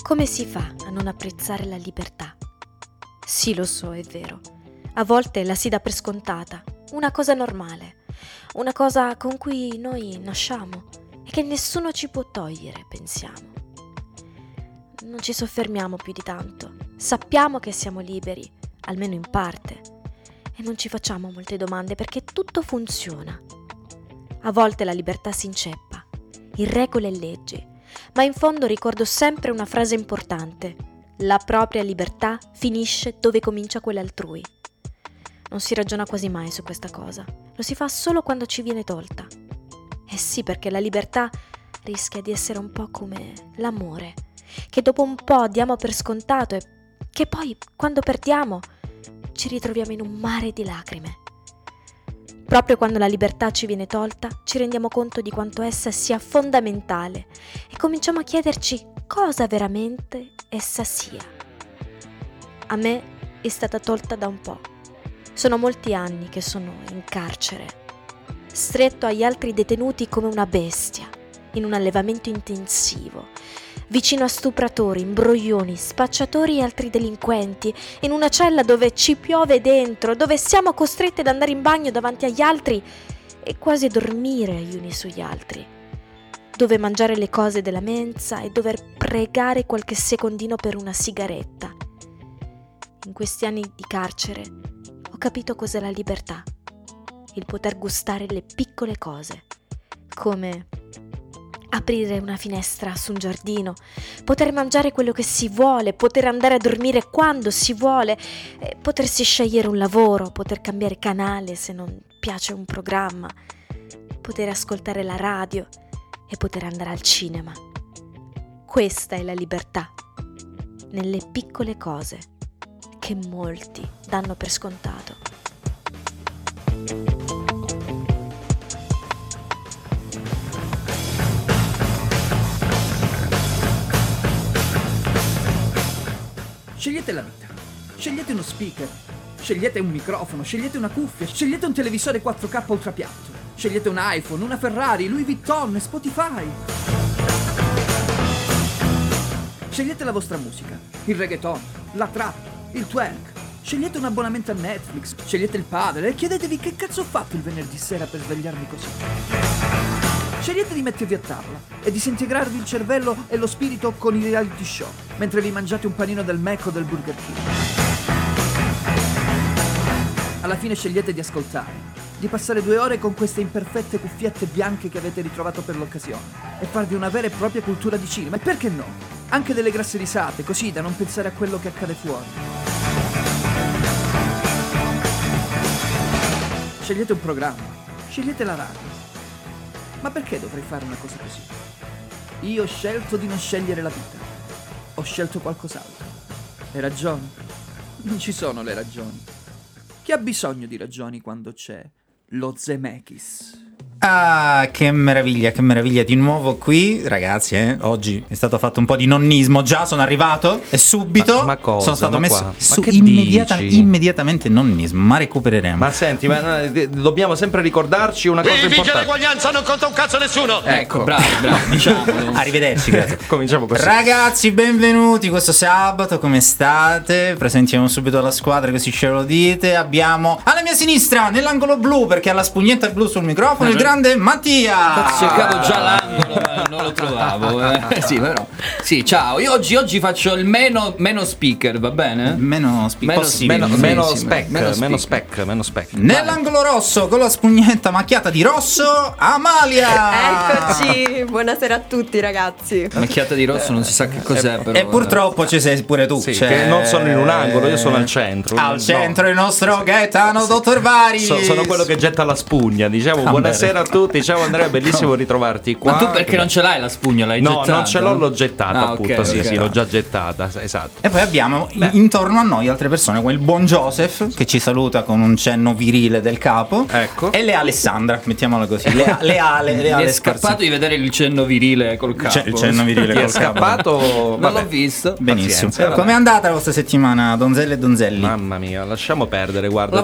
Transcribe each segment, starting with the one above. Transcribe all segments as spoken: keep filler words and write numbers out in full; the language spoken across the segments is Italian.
Come si fa a non apprezzare la libertà? Sì, lo so, è vero. A volte la si dà per scontata, una cosa normale, una cosa con cui noi nasciamo e che nessuno ci può togliere, pensiamo. Non ci soffermiamo più di tanto. Sappiamo che siamo liberi, almeno in parte, e non ci facciamo molte domande perché tutto funziona. A volte la libertà si inceppa, in regole e leggi, ma in fondo ricordo sempre una frase importante: la propria libertà finisce dove comincia quella altrui. Non si ragiona quasi mai su questa cosa, lo si fa solo quando ci viene tolta. Eh sì, perché la libertà rischia di essere un po' come l'amore, che dopo un po' diamo per scontato e che poi, quando perdiamo, ci ritroviamo in un mare di lacrime. Proprio quando la libertà ci viene tolta, ci rendiamo conto di quanto essa sia fondamentale e cominciamo a chiederci cosa veramente essa sia. A me è stata tolta da un po'. Sono molti anni che sono in carcere, stretto agli altri detenuti come una bestia, in un allevamento intensivo, vicino a stupratori, imbroglioni, spacciatori e altri delinquenti, in una cella dove ci piove dentro, dove siamo costretti ad andare in bagno davanti agli altri e quasi a dormire gli uni sugli altri, dove mangiare le cose della mensa e dover pregare qualche secondino per una sigaretta. In questi anni di carcere ho capito cos'è la libertà, il poter gustare le piccole cose, come aprire una finestra su un giardino, poter mangiare quello che si vuole, poter andare a dormire quando si vuole, eh, potersi scegliere un lavoro, poter cambiare canale se non piace un programma, poter ascoltare la radio e poter andare al cinema. Questa è la libertà, nelle piccole cose che molti danno per scontato. Scegliete la vita, scegliete uno speaker, scegliete un microfono, scegliete una cuffia, scegliete un televisore quattro K ultrapiatto, scegliete un iPhone, una Ferrari, Louis Vuitton, Spotify. Scegliete la vostra musica, il reggaeton, la trap, il twerk. Scegliete un abbonamento a Netflix, scegliete il padre e chiedetevi che cazzo ho fatto il venerdì sera per svegliarmi così. Scegliete di mettervi a tavola e disintegrarvi il cervello e lo spirito con i reality show, mentre vi mangiate un panino del Mac o del Burger King. Alla fine scegliete di ascoltare, di passare due ore con queste imperfette cuffiette bianche che avete ritrovato per l'occasione e farvi una vera e propria cultura di cinema. E perché no? Anche delle grasse risate, così da non pensare a quello che accade fuori. Scegliete un programma, scegliete la radio. Ma perché dovrei fare una cosa così? Io ho scelto di non scegliere la vita. Ho scelto qualcos'altro. Le ragioni? Non ci sono le ragioni. Chi ha bisogno di ragioni quando c'è lo Zemeckis? Ah, che meraviglia, che meraviglia. Di nuovo qui, ragazzi, eh, oggi è stato fatto un po' di nonnismo. Già sono arrivato e subito ma, ma cosa, sono stato ma messo qua? su ma immediata, immediatamente nonnismo. Ma recupereremo. Ma senti, ma, eh, dobbiamo sempre ricordarci una cosa importante. Vigile Eguaglianza non conta un cazzo nessuno. Ecco, bravo, bravo, diciamo. Arrivederci, grazie. Cominciamo così. Ragazzi, benvenuti questo sabato, come state? Presentiamo subito la squadra così ce lo dite. Abbiamo alla mia sinistra, nell'angolo blu, perché ha la spugnetta blu sul microfono, il grande Mattia. Cercavo già l'angolo, ma non lo trovavo. Eh. Sì, però. Sì, ciao. Io oggi, oggi faccio il meno, meno speaker, va bene? Meno speaker. Meno, meno, meno, sì, spec, meno, meno spec, meno spec. Nell'angolo rosso, con la spugnetta macchiata di rosso, Amalia. Eccoci, buonasera a tutti, ragazzi. Macchiata di rosso, non si sa che cos'è, però. E purtroppo ci sei pure tu. Sì, cioè... che non sono in un angolo, io sono al centro. Al no. centro il nostro Gaetano sì. Dottor Vari. So, sono quello che getta la spugna. Diciamo ah, buonasera bene. a tutti. Ciao Andrea, bellissimo ritrovarti qua. Ma tu perché non ce l'hai la spugna? L'hai no, gettata? No, non ce l'ho, l'ho gettata ah, appunto. Okay, sì, okay. sì, l'ho già gettata, esatto. E poi abbiamo Beh. intorno a noi altre persone, come il buon Joseph che ci saluta con un cenno virile del capo. Ecco. E le Alessandra, mettiamola così. Le, le ale, le ale Mi è scappato di vedere il cenno virile col capo. Il cenno virile col capo. È scappato? Non Vabbè. l'ho visto. Benissimo. Come è andata la vostra settimana, donzelle e donzelli? Mamma mia, lasciamo perdere, guarda. Lavorativa,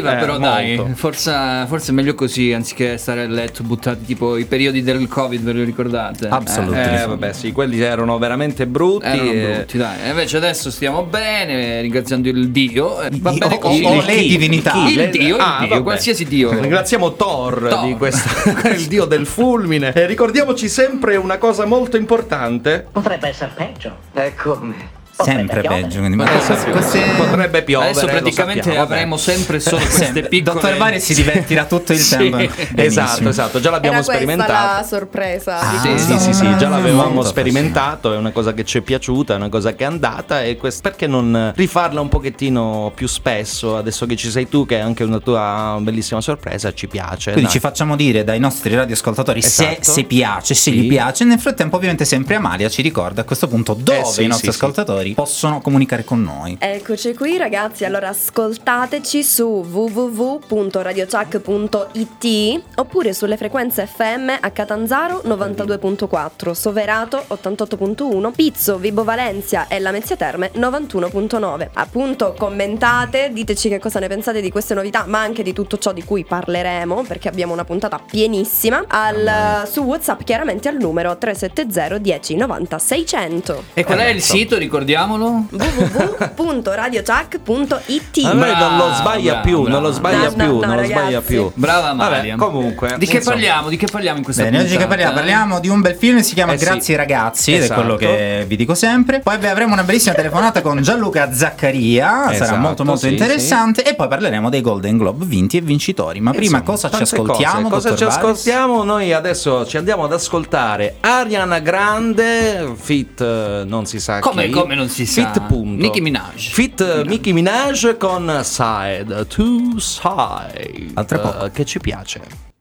impegnativa, Eh, però molto. dai, forse, forse è meglio così, anziché stare a letto buttati tipo i periodi del Covid, ve lo ricordate? Assolutamente. Eh, vabbè, sì, quelli erano veramente brutti. Erano e- brutti, dai. E invece adesso stiamo bene, ringraziando il Dio. eh, Va bene o- così. o Il le chi? divinità. Il Le- Dio, il Ah, Dio, vabbè. qualsiasi Dio. Ringraziamo Thor, Thor. di questa, il dio del fulmine. E ricordiamoci sempre una cosa molto importante. Potrebbe essere peggio. E come? Sempre Potrebbe peggio. piovere. Quindi, ma Eh, queste- Potrebbe piovere. Adesso lo praticamente sappiamo, vabbè. avremo sempre solo queste Sempre. piccole. Dottor Varia si divertirà tutto il Sì. tempo. Esatto, Benissimo. esatto, già l'abbiamo Era questa sperimentato. la sorpresa. Ah, Sì, sì, no, sì, sì, già l'avevamo molto sperimentato, è una cosa che ci è piaciuta, è una cosa che è andata e quest- perché non rifarla un pochettino più spesso, adesso che ci sei tu che è anche una tua bellissima sorpresa, ci piace. Quindi dai. ci facciamo dire dai nostri radioascoltatori se, Esatto. se piace, se Sì. gli piace. Nel frattempo ovviamente sempre Amalia ci ricorda a questo punto dove Eh, sì, i nostri sì, sì. ascoltatori possono comunicare con noi. Eccoci qui ragazzi, allora ascoltateci su w w w punto radio chuck punto i t oppure sulle frequenze F M a Catanzaro novantadue virgola quattro, Soverato ottantotto virgola uno, Pizzo, Vibo Valencia e Lamezia Terme novantuno virgola nove. Appunto commentate, diteci che cosa ne pensate di queste novità, ma anche di tutto ciò di cui parleremo, perché abbiamo una puntata pienissima, al, su WhatsApp chiaramente al numero tre sette zero uno zero nove zero sei zero zero. E qual è il sito, ricordiamolo? w w w punto radio chuck punto i t. A me non lo Bravo, sbaglia bravo, più, non bravo. lo sbaglia No, più, no, no, non lo sbaglia ragazzi. più. Brava Amalia. Vabbè, comunque. Di che insomma. parliamo? Di che parliamo in questa Bene, oggi puntata? che parliamo? eh? Parliamo di un bel film, si chiama Eh sì. Grazie ragazzi, ed è Esatto. quello che vi dico sempre. Poi beh, avremo una bellissima telefonata con Gianluca Zaccaria, sarà Esatto, molto molto sì, interessante. E poi parleremo dei Golden Globe vinti e vincitori. Ma prima Insomma, cosa ci tante ascoltiamo? cose. Cosa dottor ci Varis? ascoltiamo? Noi adesso ci andiamo ad ascoltare Ariana Grande, fit eh, non si sa Come- chi. come non si sa? Fit punto. Nicki Minaj. Fit eh, Nicki Minaj con Side to Side. Altre poco. eh, che ci piace.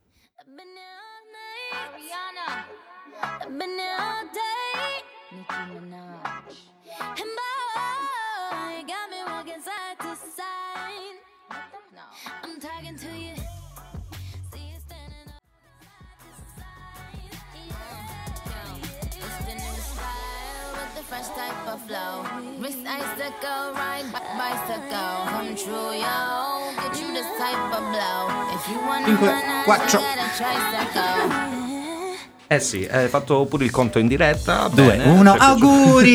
Fresh type of flow, wrist icicle, ride bi- bicycle, come true, yo. Get you this type of blow. If you wanna Cinque, run out, quattro. you get a tricycle. Eh sì, hai fatto pure il conto in diretta. Due, bene, uno, ci è piaciuto.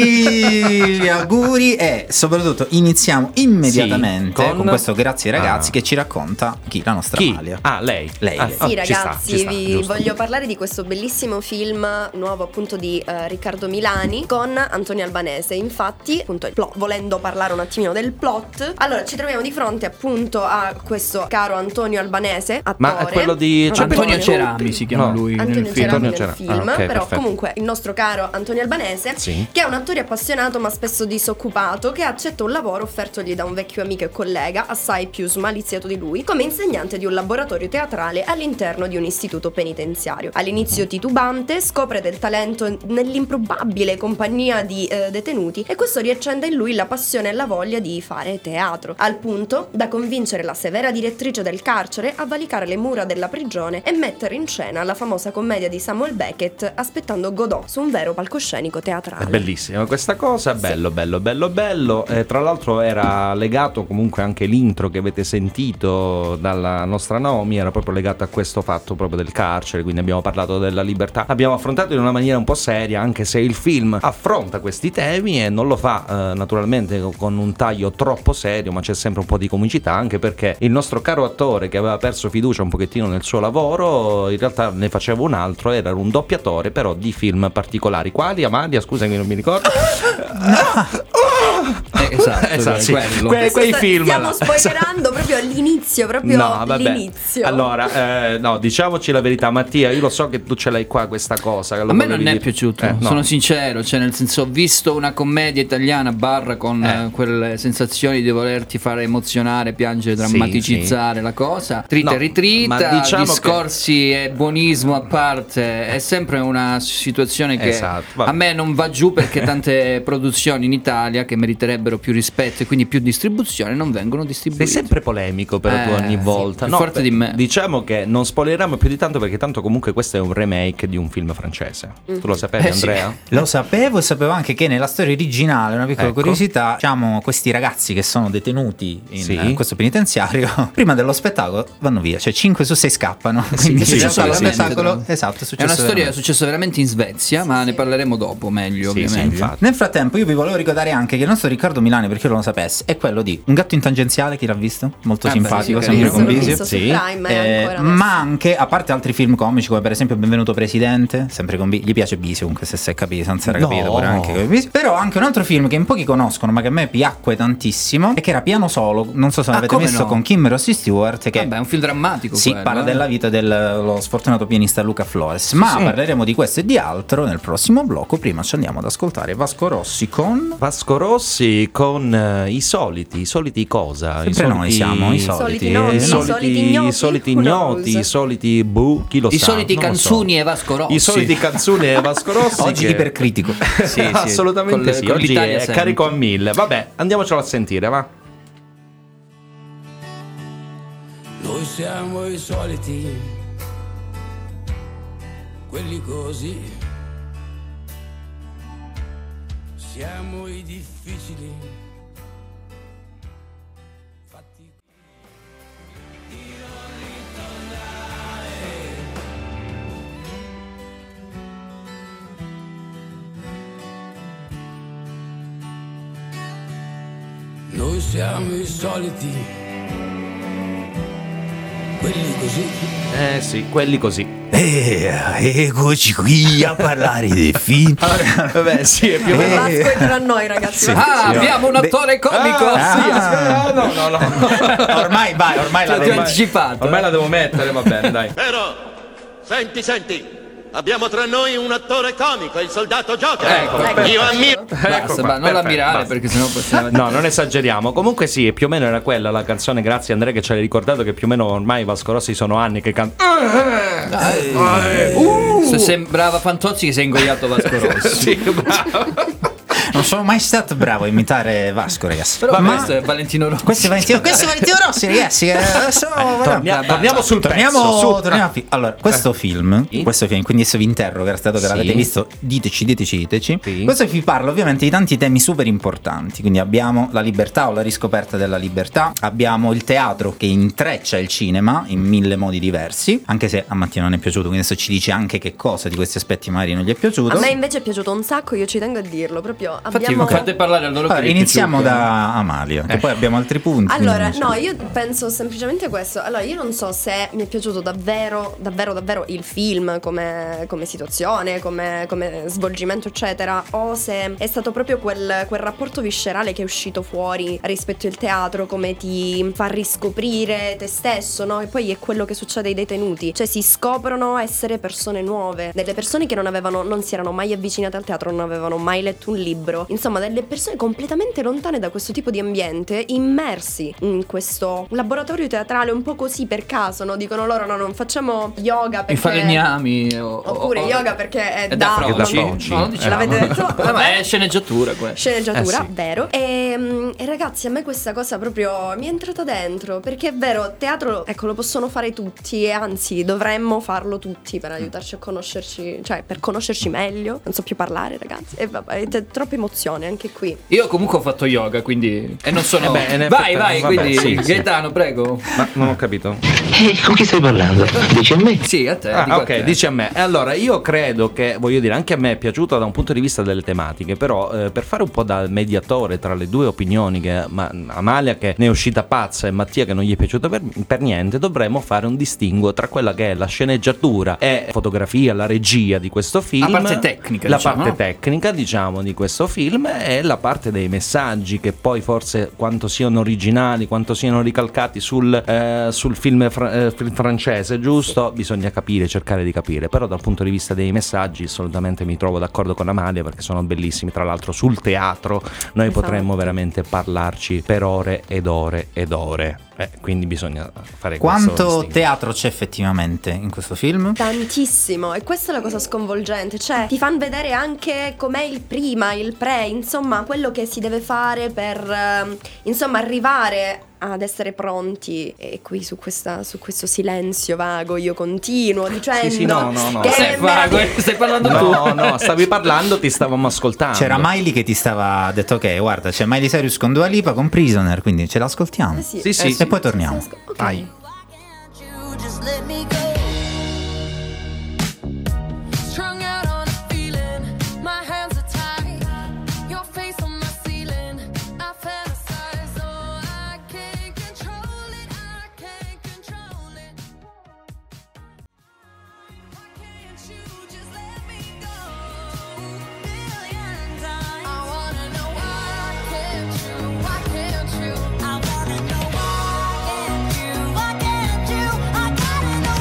auguri! Auguri e soprattutto iniziamo immediatamente Sì, con, con- questo Grazie ragazzi Ah. che ci racconta chi? La nostra Chi? Amalia. Ah, lei. Lei, Ah, lei. oh, Sì, ci sta, ragazzi, ci sta, vi giusto. voglio parlare di questo bellissimo film nuovo appunto di eh, Riccardo Milani con Antonio Albanese. Infatti, appunto, il plot, volendo parlare un attimino del plot, allora ci troviamo di fronte appunto a questo caro Antonio Albanese, attore. Ma è quello di Cioè, Antonio Antonio Cerami si chiama No. lui Antonio nel film. Cerami Antonio nel Cerami. film, Ah, ok, però perfetto. comunque il nostro caro Antonio Albanese, Sì. che è un attore appassionato ma spesso disoccupato, che accetta un lavoro offertogli da un vecchio amico e collega, assai più smaliziato di lui, come insegnante di un laboratorio teatrale all'interno di un istituto penitenziario. All'inizio titubante, scopre del talento nell'improbabile compagnia di eh, detenuti e questo riaccende in lui la passione e la voglia di fare teatro, al punto da convincere la severa direttrice del carcere a valicare le mura della prigione e mettere in scena la famosa commedia di Samuel Beckett Aspettando Godot su un vero palcoscenico teatrale. È bellissima questa cosa, bello, bello, bello, bello. Eh, tra l'altro era legato comunque anche l'intro che avete sentito dalla nostra Naomi, era proprio legato a questo fatto proprio del carcere, quindi abbiamo parlato della libertà. Abbiamo affrontato in una maniera un po' seria, anche se il film affronta questi temi e non lo fa eh, naturalmente con un taglio troppo serio, ma c'è sempre un po' di comicità, anche perché il nostro caro attore che aveva perso fiducia un pochettino nel suo lavoro, in realtà ne faceva un altro, era un doppiatore però di film particolari. Quali, Amalia? Scusami, non mi ricordo. Eh, esatto, Esatto, sì. quello. Que- quei Sta- film Stiamo là. spoilerando proprio all'inizio, proprio No, vabbè. l'inizio. Allora, eh, no, diciamoci la verità, Mattia. Io lo so che tu ce l'hai qua questa cosa. che lo A me volevi non è dire. piaciuto, Eh, no. sono sincero, cioè nel senso ho visto una commedia italiana barra con Eh. eh, quelle sensazioni di volerti fare emozionare, piangere, Sì, drammaticizzare la cosa, trita No, e ritrita, ma diciamo discorsi e buonismo a parte, è sempre una situazione che Esatto, vabbè. a me non va giù perché tante produzioni in Italia che meriterebbero avrebbero più rispetto e quindi più distribuzione non vengono distribuiti. Sei sempre polemico però tu Eh, ogni sì, volta. più No, forte di me. Diciamo che non spoileriamo più di tanto perché tanto comunque questo è un remake di un film francese. Tu lo sapevi, Eh, sì. Andrea? Lo sapevo e sapevo anche che nella storia originale, una piccola Ecco. curiosità, diciamo questi ragazzi che sono detenuti in Sì. eh, questo penitenziario, prima dello spettacolo vanno via, cioè cinque su sei scappano. Quindi sì, in sì, realtà sì, lo sì, spettacolo, sì. esatto, è È successo una storia veramente. successa veramente in Svezia, ma ne parleremo dopo meglio, Sì, sì, ovviamente. infatti. Nel frattempo io vi volevo ricordare anche che il nostro Riccardo Milani, perché io non lo sapesse, è quello di Un gatto in tangenziale, chi l'ha visto? Molto Ah, simpatico, beh, sì, sempre carino. con L'ho Visio. visto su Sì. Prime e Eh, ancora adesso. ma anche, a parte altri film comici come per esempio Benvenuto Presidente, sempre con Bisio, gli piace Bisio comunque, se si è capito, senza era No. capito pure anche con Bisio. Però anche un altro film che in pochi conoscono ma che a me piacque tantissimo e che era Piano Solo, non so se Ah, l'avete come messo, no? con Kim Rossi Stewart, che Vabbè, è un film drammatico. sì, quello, parla eh. della vita dello sfortunato pianista Luca Flores. Ma sì. parleremo di questo e di altro nel prossimo blocco. Prima ci andiamo ad ascoltare Vasco Rossi con... Vasco Rossi con eh, i soliti, i soliti cosa? Sempre I soliti, noi siamo, i soliti. Soliti noti, i i soliti, soliti ignoti, i soliti who ignoti, knows? i soliti bu, chi lo I sa? soliti Non lo so. Canzuni e Vasco Rossi. I soliti Canzuni e Vasco Rossi. Oggi che- ipercritico. Sì, sì, Assolutamente con- sì, con oggi l'Italia è sempre. carico a mille. Vabbè, andiamocelo a sentire, va. Noi siamo i soliti, quelli così. Siamo i difficili. Fatti di non ritornare. Noi siamo i soliti, quelli così. Eh sì, quelli così. Eh, eccoci qui a parlare del film. Vabbè, sì, è più o Come meno. Vasco è tra noi, ragazzi. Ah, abbiamo un attore comico. Ah, sì, Ah. aspetta, no, no, no. Ormai vai, ormai la Ti ho devi... anticipato. Ormai la devo mettere, va bene, dai. Però, senti, senti. Abbiamo tra noi un attore comico, il soldato Joker. Ecco, Io ammiro. Basta, Ecco qua, ba- non perfetto, l'ammirare basta. perché sennò possiamo... No, non esageriamo. Comunque sì, più o meno era quella la canzone. Grazie Andrea che ci hai ricordato che più o meno ormai Vasco Rossi sono anni che canta. Se sembrava Fantozzi che si è ingoiato Vasco Rossi. Sì, bravo. Non sono mai stato bravo a imitare Vasco, ragazzi. Però Ma questo è Valentino Rossi. questo è Valentino, questo è Valentino Rossi, ragazzi. che Adesso Tornia- torniamo sul torniamo, pezzo, su. torniamo a fi- Allora, questo film, Sì. questo film, quindi adesso vi interrogo, era stato che Sì. l'avete visto, diteci, diteci, diteci. Sì. Questo vi parla ovviamente di tanti temi super importanti. Quindi abbiamo la libertà o la riscoperta della libertà, abbiamo il teatro che intreccia il cinema in mille modi diversi, anche se a Mattia non è piaciuto, quindi adesso ci dice anche che cosa di questi aspetti magari non gli è piaciuto. A me invece è piaciuto un sacco, io ci tengo a dirlo, proprio Infatti, abbiamo... fate parlare allora. Allora, che gli è iniziamo piaciuto. da Amalia, che poi abbiamo altri punti. Allora, quindi non no, so. io penso semplicemente questo. Allora, io non so se mi è piaciuto davvero, davvero, davvero il film come, come situazione, come, come svolgimento, eccetera, o se è stato proprio quel, quel rapporto viscerale che è uscito fuori rispetto al teatro, come ti fa riscoprire te stesso, no? E poi è quello che succede ai detenuti. Cioè, si scoprono essere persone nuove, delle persone che non avevano, non si erano mai avvicinate al teatro, non avevano mai letto un libro. Insomma, delle persone completamente lontane da questo tipo di ambiente, immersi in questo laboratorio teatrale un po' così per caso, no? Dicono loro no, non facciamo yoga I perché... falegnami o- Oppure o- yoga perché è, è da da, Froci. da Froci. No, non diciamo. L'avete detto? Eh, ma è sceneggiatura quella. Sceneggiatura, Eh sì. vero. E, mm, e ragazzi, a me questa cosa proprio mi è entrata dentro. Perché è vero, teatro, ecco, lo possono fare tutti. E anzi, dovremmo farlo tutti per aiutarci a conoscerci, cioè per conoscerci meglio. Non so più parlare, ragazzi. E vabbè, c'è troppa emozione anche qui. Io comunque ho fatto yoga, quindi. E non sono. Eh beh, in vai, effetti- vai, vabbè, quindi. sì, sì. Gaetano, prego. Ma non ho capito. Eh, con chi stai parlando? Dici a me? Sì, a te. Ah, dico a ok, te. dici a me. E allora io credo che, voglio dire, anche a me è piaciuto da un punto di vista delle tematiche, però eh, per fare un po' da mediatore tra le due opinioni, che ma, Amalia che ne è uscita pazza e Mattia che non gli è piaciuto per, per niente, dovremmo fare un distinguo tra quella che è la sceneggiatura e fotografia, la regia di questo film, La parte tecnica, la diciamo, parte no? tecnica, diciamo, di questo film, e la parte dei messaggi che poi forse quanto siano originali, quanto siano ricalcati sul, eh, sul film, fra- eh, film francese, giusto? Bisogna capire, cercare di capire, però dal punto di vista dei messaggi assolutamente mi trovo d'accordo con Amalia perché sono bellissimi. Tra l'altro sul teatro noi Esatto. potremmo veramente parlarci per ore ed ore ed ore. Eh, quindi bisogna fare Quanto questo teatro c'è effettivamente in questo film? Tantissimo, e questa è la cosa sconvolgente, cioè ti fanno vedere anche com'è il prima, il pre, insomma quello che si deve fare per eh, insomma arrivare ad essere pronti. E qui su, questa, su questo silenzio vago io continuo dicendo Sì, sì, no, no, no. che Sei è vago, merav- stai parlando No, tu. no, stavi parlando, ti stavamo ascoltando. C'era Miley che ti stava ha detto ok, guarda, c'è Miley Cyrus con Dua Lipa con Prisoner, quindi ce l'ascoltiamo. Eh sì, Sì, sì. eh E poi torniamo. sì, ok. Vai. Just let me go. Strung out on a feeling, my hands are tied. Your face on my ceiling, I fantasize. Oh, I can't control it, I can't control it. Why can't you just let me go? Billion times. I wanna know why can't you, why can't you? I wanna know why can't you, why can't you? I gotta know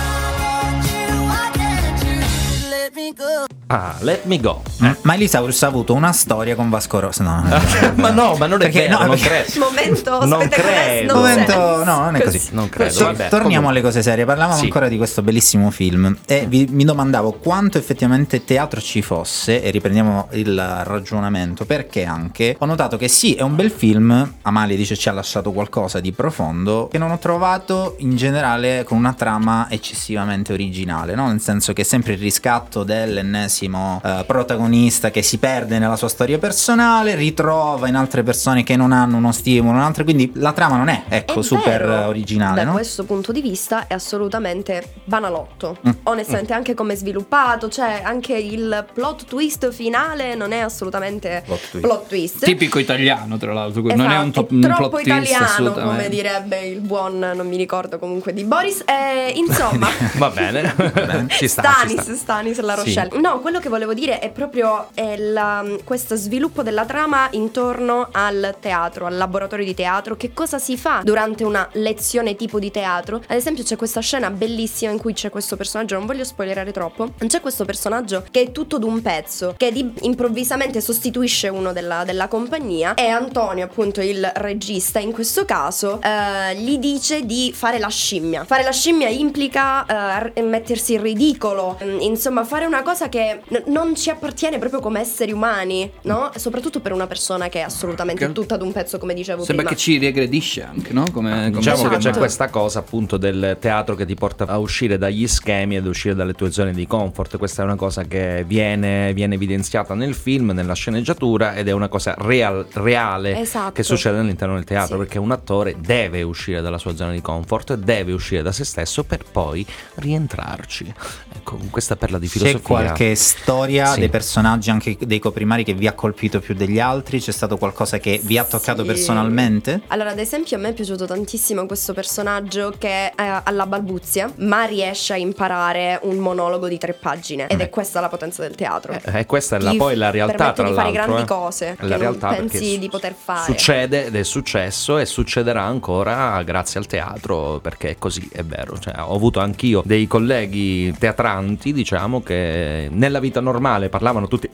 why can't you, why can't you? Just let me go. Ah, Let Me Go. Mm, Miley Cyrus ha avuto una storia con Vasco Rossi. No, no, no. Ma no, ma non è Perché vero, no, non perché- credo. Momento Non spettacolare, credo. non Momento, sense. no, non è così. Non credo. Tor- Vabbè, torniamo comunque. alle cose serie. Parlavamo Sì. ancora di questo bellissimo film e vi- mi domandavo quanto effettivamente teatro ci fosse, e riprendiamo il ragionamento, perché anche ho notato che sì, è un bel film. Amalia dice ci ha lasciato qualcosa di profondo che non ho trovato in generale con una trama eccessivamente originale, no? Nel senso che è sempre il riscatto dell'ennesimo eh, protagonista che si perde nella sua storia personale, ritrova in altre persone che non hanno uno stimolo, in altre, quindi la trama non è, ecco, È super vero. originale, Da no? questo punto di vista è assolutamente banalotto. Mm. Onestamente, anche come è sviluppato, cioè anche il plot twist finale non è assolutamente Plot twist. plot twist. Tipico italiano, tra l'altro, non è un, Esatto, top, un troppo plot twist italiano, assolutamente. come direbbe il buon, non mi ricordo comunque di Boris. Eh, insomma, Va bene. Ci sta, ci Stanis, sta. Stanis La Sì. Rochelle. No, quello che volevo dire è proprio è la- questo sviluppo della trama intorno al teatro, al laboratorio di teatro. Che cosa si fa durante una lezione tipo di teatro? Ad esempio c'è questa scena bellissima in cui c'è questo personaggio, non voglio spoilerare troppo, c'è questo personaggio che è tutto d'un pezzo, che di- improvvisamente sostituisce uno della, della compagnia, e Antonio, appunto il regista in questo caso, eh, gli dice di fare la scimmia. Fare la scimmia implica eh, mettersi in ridicolo, mm, insomma fare una cosa che n- non ci appartiene proprio come esseri umani, no? Soprattutto per una persona che è assolutamente Che- tutta d'un pezzo, come dicevo Sembra prima. che ci regredisce anche, no? Come, come Diciamo che Esatto. c'è questa cosa appunto del teatro che ti porta a uscire dagli schemi ed uscire dalle tue zone di comfort. Questa è una cosa che viene, viene evidenziata nel film, nella sceneggiatura, ed è una cosa real- reale Esatto. che succede all'interno del teatro, Sì. perché un attore deve uscire dalla sua zona di comfort, deve uscire da se stesso per poi rientrarci. Ecco, questa perla di filosofia. C'è qualche storia Sì. dei personaggi, anche dei coprimari, che vi ha colpito più degli altri? C'è stato qualcosa che vi ha toccato Sì. personalmente? Allora, ad esempio, a me è piaciuto tantissimo questo personaggio che è alla balbuzia, ma riesce a imparare un monologo di tre pagine. Ed è questa la potenza del teatro. E Eh, questa è la, Ti poi la realtà, permette tra di fare l'altro. grandi eh. cose È che la non realtà, pensi perché di poter fare. Succede ed è successo e succederà ancora grazie al teatro, perché è così, è vero. Cioè, ho avuto anch'io dei colleghi teatranti, diciamo, che nella vita normale parlavano tutti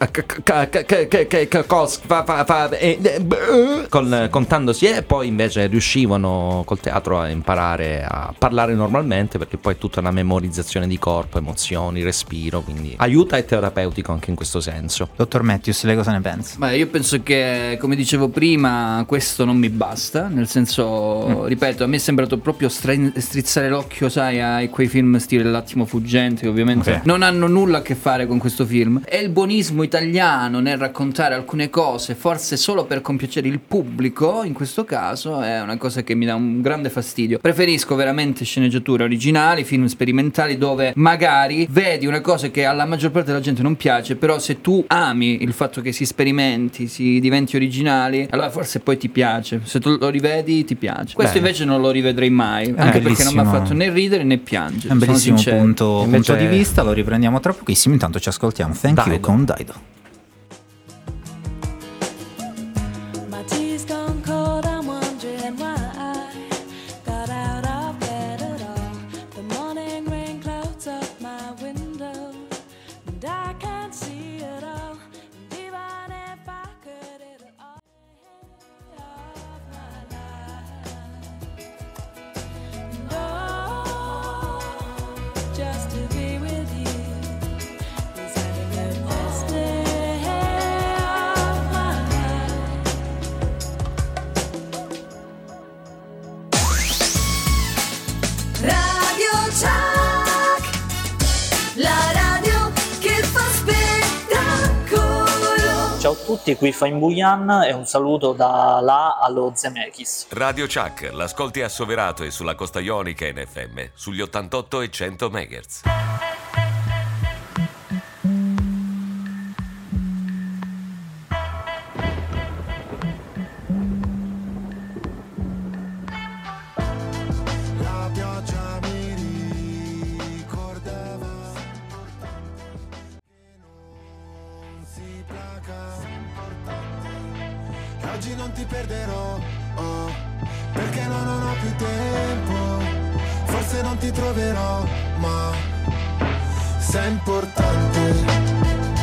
con- contandosi, e poi invece riuscivano col teatro a imparare a parlare normalmente, perché poi è tutta una memorizzazione di corpo, emozioni, respiro, quindi aiuta, è terapeutico anche in questo senso. Dottor Matthews, lei cosa ne pensa? Beh, io penso che, come dicevo prima, questo non mi basta, nel senso, ripeto, a me è sembrato proprio stra- strizzare l'occhio, sai, a quei film stile L'attimo fuggente, che ovviamente Ok. non hanno nulla a che fare con questo film. È il buonismo italiano nel raccontare alcune cose, forse solo per compiacere il pubblico, in questo caso è una cosa che mi dà un grande fastidio. Preferisco veramente sceneggiature originali, film sperimentali, dove magari vedi una cosa che alla maggior parte della gente non piace, però se tu ami il fatto che si sperimenti, si diventi originali, allora forse poi ti piace. Se tu lo rivedi ti piace. Questo Bene. invece non lo rivedrei mai, anche perché non mi ha bellissimo. fatto né ridere né piangere. È un sono bellissimo sincero. punto, Invece- punto di vista, lo riprendiamo tra pochissimo. Intanto ci ascoltiamo Thank You Daido. con Daido. My tea's gone cold, I'm wondering why I got out of bed at all. The morning rain clouds up my window, and I can't see it all. And even if I could, it'll all of my life. tutti, qui Fain Buyan e un saluto da là allo Zemeckis. Radio Chuck, l'ascolti a Soverato e sulla costa ionica in F M, sugli ottantotto e cento megahertz. Oggi non ti perderò, oh, perché no, non ho più tempo, forse non ti troverò, ma sei importante.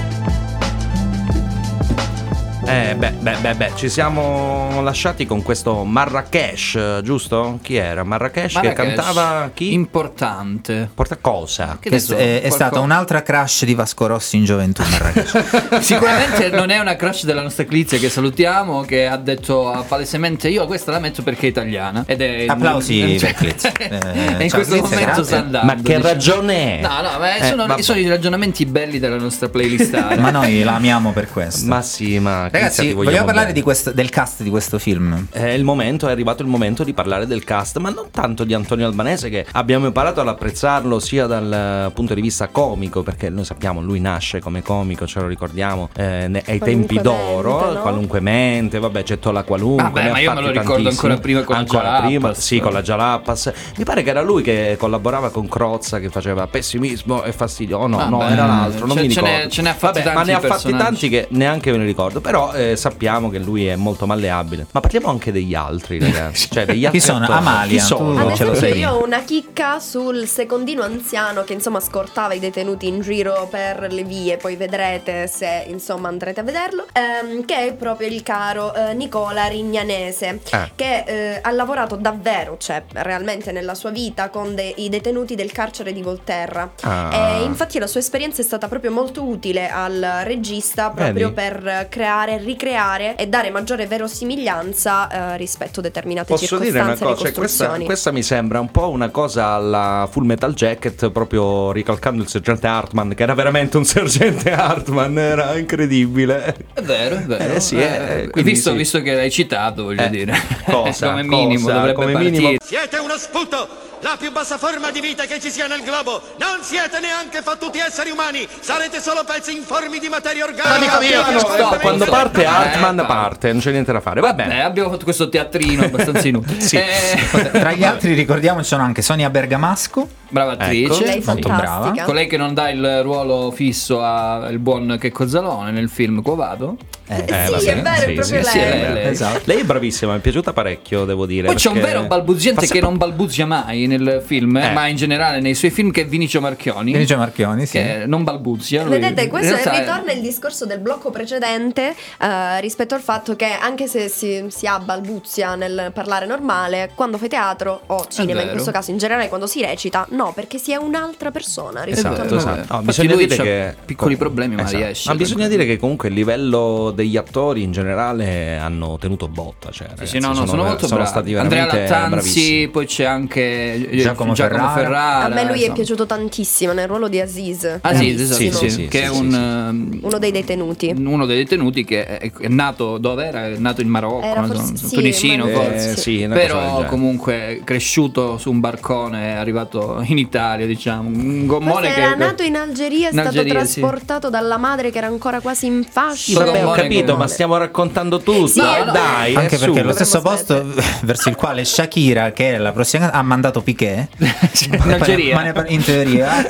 Eh beh, beh, beh, beh, ci siamo lasciati con questo Marrakesh, giusto? Chi era? Marrakesh, Marrakesh che cantava chi? Importante. Porta cosa? Che è, è, è stata un'altra crush di Vasco Rossi in gioventù. Marrakesh. Sicuramente non è una crush della nostra Clizia, che salutiamo, che ha detto palesemente io questa la metto perché è italiana. Ed è applausi cioè, per Clizia. Eh, e in questo Clizia, momento grazie. sta andando. Ma che diciamo. ragione è? No, no, ma eh, sono, sono i ragionamenti belli della nostra playlist. Ma noi la amiamo per questo. Ma sì, ma ragazzi, vogliamo parlare di questo, del cast di questo film? È il momento, è arrivato il momento di parlare del cast, ma non tanto di Antonio Albanese, che abbiamo imparato ad apprezzarlo sia dal punto di vista comico, perché noi sappiamo lui nasce come comico, ce lo ricordiamo, eh, ai tempi d'oro, no? Qualunque mente, vabbè, c'è Tola Qualunque. Vabbè, ma io me lo ricordo ancora prima con ancora la Jalapas. Prima, sì, con la Jalapas. Mi pare che era lui che collaborava con Crozza, che faceva pessimismo e fastidio. Oh no, vabbè, no, era l'altro, non ce, mi ricordo. Ce ne, ce ne ha fatti vabbè, tanti, ma ne ha fatti personaggi. tanti che neanche me ne ricordo, però eh, sappiamo che lui è molto malleabile. Ma parliamo anche degli altri, ragazzi. Cioè degli altri chi sono? attori. Amalia, chi sono? Ad ce lo esempio sei. io ho una chicca sul secondino anziano che insomma scortava i detenuti in giro per le vie, poi vedrete se insomma andrete a vederlo, ehm, che è proprio il caro eh, Nicola Rignanese, Ah. che eh, ha lavorato davvero, cioè realmente nella sua vita con de- i detenuti del carcere di Volterra. Ah. E infatti la sua esperienza è stata proprio molto utile al regista proprio Vedi? per creare, ricreare e dare maggiore verosimiglianza eh, rispetto a determinate Posso dire una circostanze e cosa? Cioè, questa, ricostruzioni. questa mi sembra un po' una cosa alla Full Metal Jacket, proprio ricalcando il sergente Hartman, che era veramente un sergente Hartman, era incredibile. È vero, è vero. Eh, sì, eh, Eh, quindi visto, sì. visto che l'hai citato, voglio Eh, dire, cosa? come minimo Cosa? dovrebbe Come partire. minimo- Siete uno sputo! La più bassa forma di vita che ci sia nel globo! Non siete neanche fottuti esseri umani! Sarete solo pezzi informi di materia organica! Piano, stop, quando stop. parte Eh, Hartman va. parte, non c'è niente da fare. Va Vabbè, bene. abbiamo fatto questo teatrino abbastanza inutile. Sì. Eh, Tra gli altri ricordiamo ci sono anche Sonia Bergamasco, brava attrice. Ecco. Lei molto brava. fantastica. Colei che non dà il ruolo fisso al buon Checco Zalone nel film Quo Vado. Eh, Eh, sì, vabbè, è vero, sì, è proprio sì, lei. sì, è Lei, vero. lei. Esatto. Lei è bravissima, mi è piaciuta parecchio, devo dire. Poi c'è un perché vero balbuziente fa che non sempre- balbuzia mai nel film, Eh. ma in generale nei suoi film, che è Vinicio Marchioni. Vinicio Marchioni, sì. Che non balbuzia. lui- Vedete, in questo realtà è- ritorna il discorso del blocco precedente eh, rispetto al fatto che anche se si, si ha balbuzia nel parlare normale, quando fai teatro o cinema in vero. questo caso, in generale quando si recita, no, perché si è un'altra persona rispetto Esatto, a noi. esatto. Vabbè. No, Infatti bisogna lui dire c'ha che piccoli problemi, ma Esatto. riesce. Ma bisogna dire che comunque il livello degli attori in generale hanno tenuto botta. Cioè, Sì, ragazzi, sì, no, no, sono, molto sono bravi. stati Andrea veramente Lattanzi, bravissimi. poi c'è anche eh, Giacomo Ferrara. Ferrara. A me lui è insomma. piaciuto tantissimo nel ruolo di Aziz. Ah, sì, Bravissimo. sì, sì, sì, che sì, è sì, un, sì. ehm, Uno dei detenuti. uno dei detenuti che è, è nato dove era? È nato in Marocco, Era non so, forse- sì, tunisino ma- forse. Eh, sì, una cosa del Però genere. comunque cresciuto su un barcone, è arrivato in Italia, diciamo, un gommone Forse che era nato in Algeria, è in stato Algeria, sì. trasportato dalla madre che era ancora quasi in fascia. Vabbè, ho gommone capito, che- ma stiamo raccontando tutto. Sì, dai, no. dai, Anche è perché su. lo stesso Potremmo posto verso il quale Shakira, che è la prossima, ha mandato Piqué in Algeria. Ma ne par- in teoria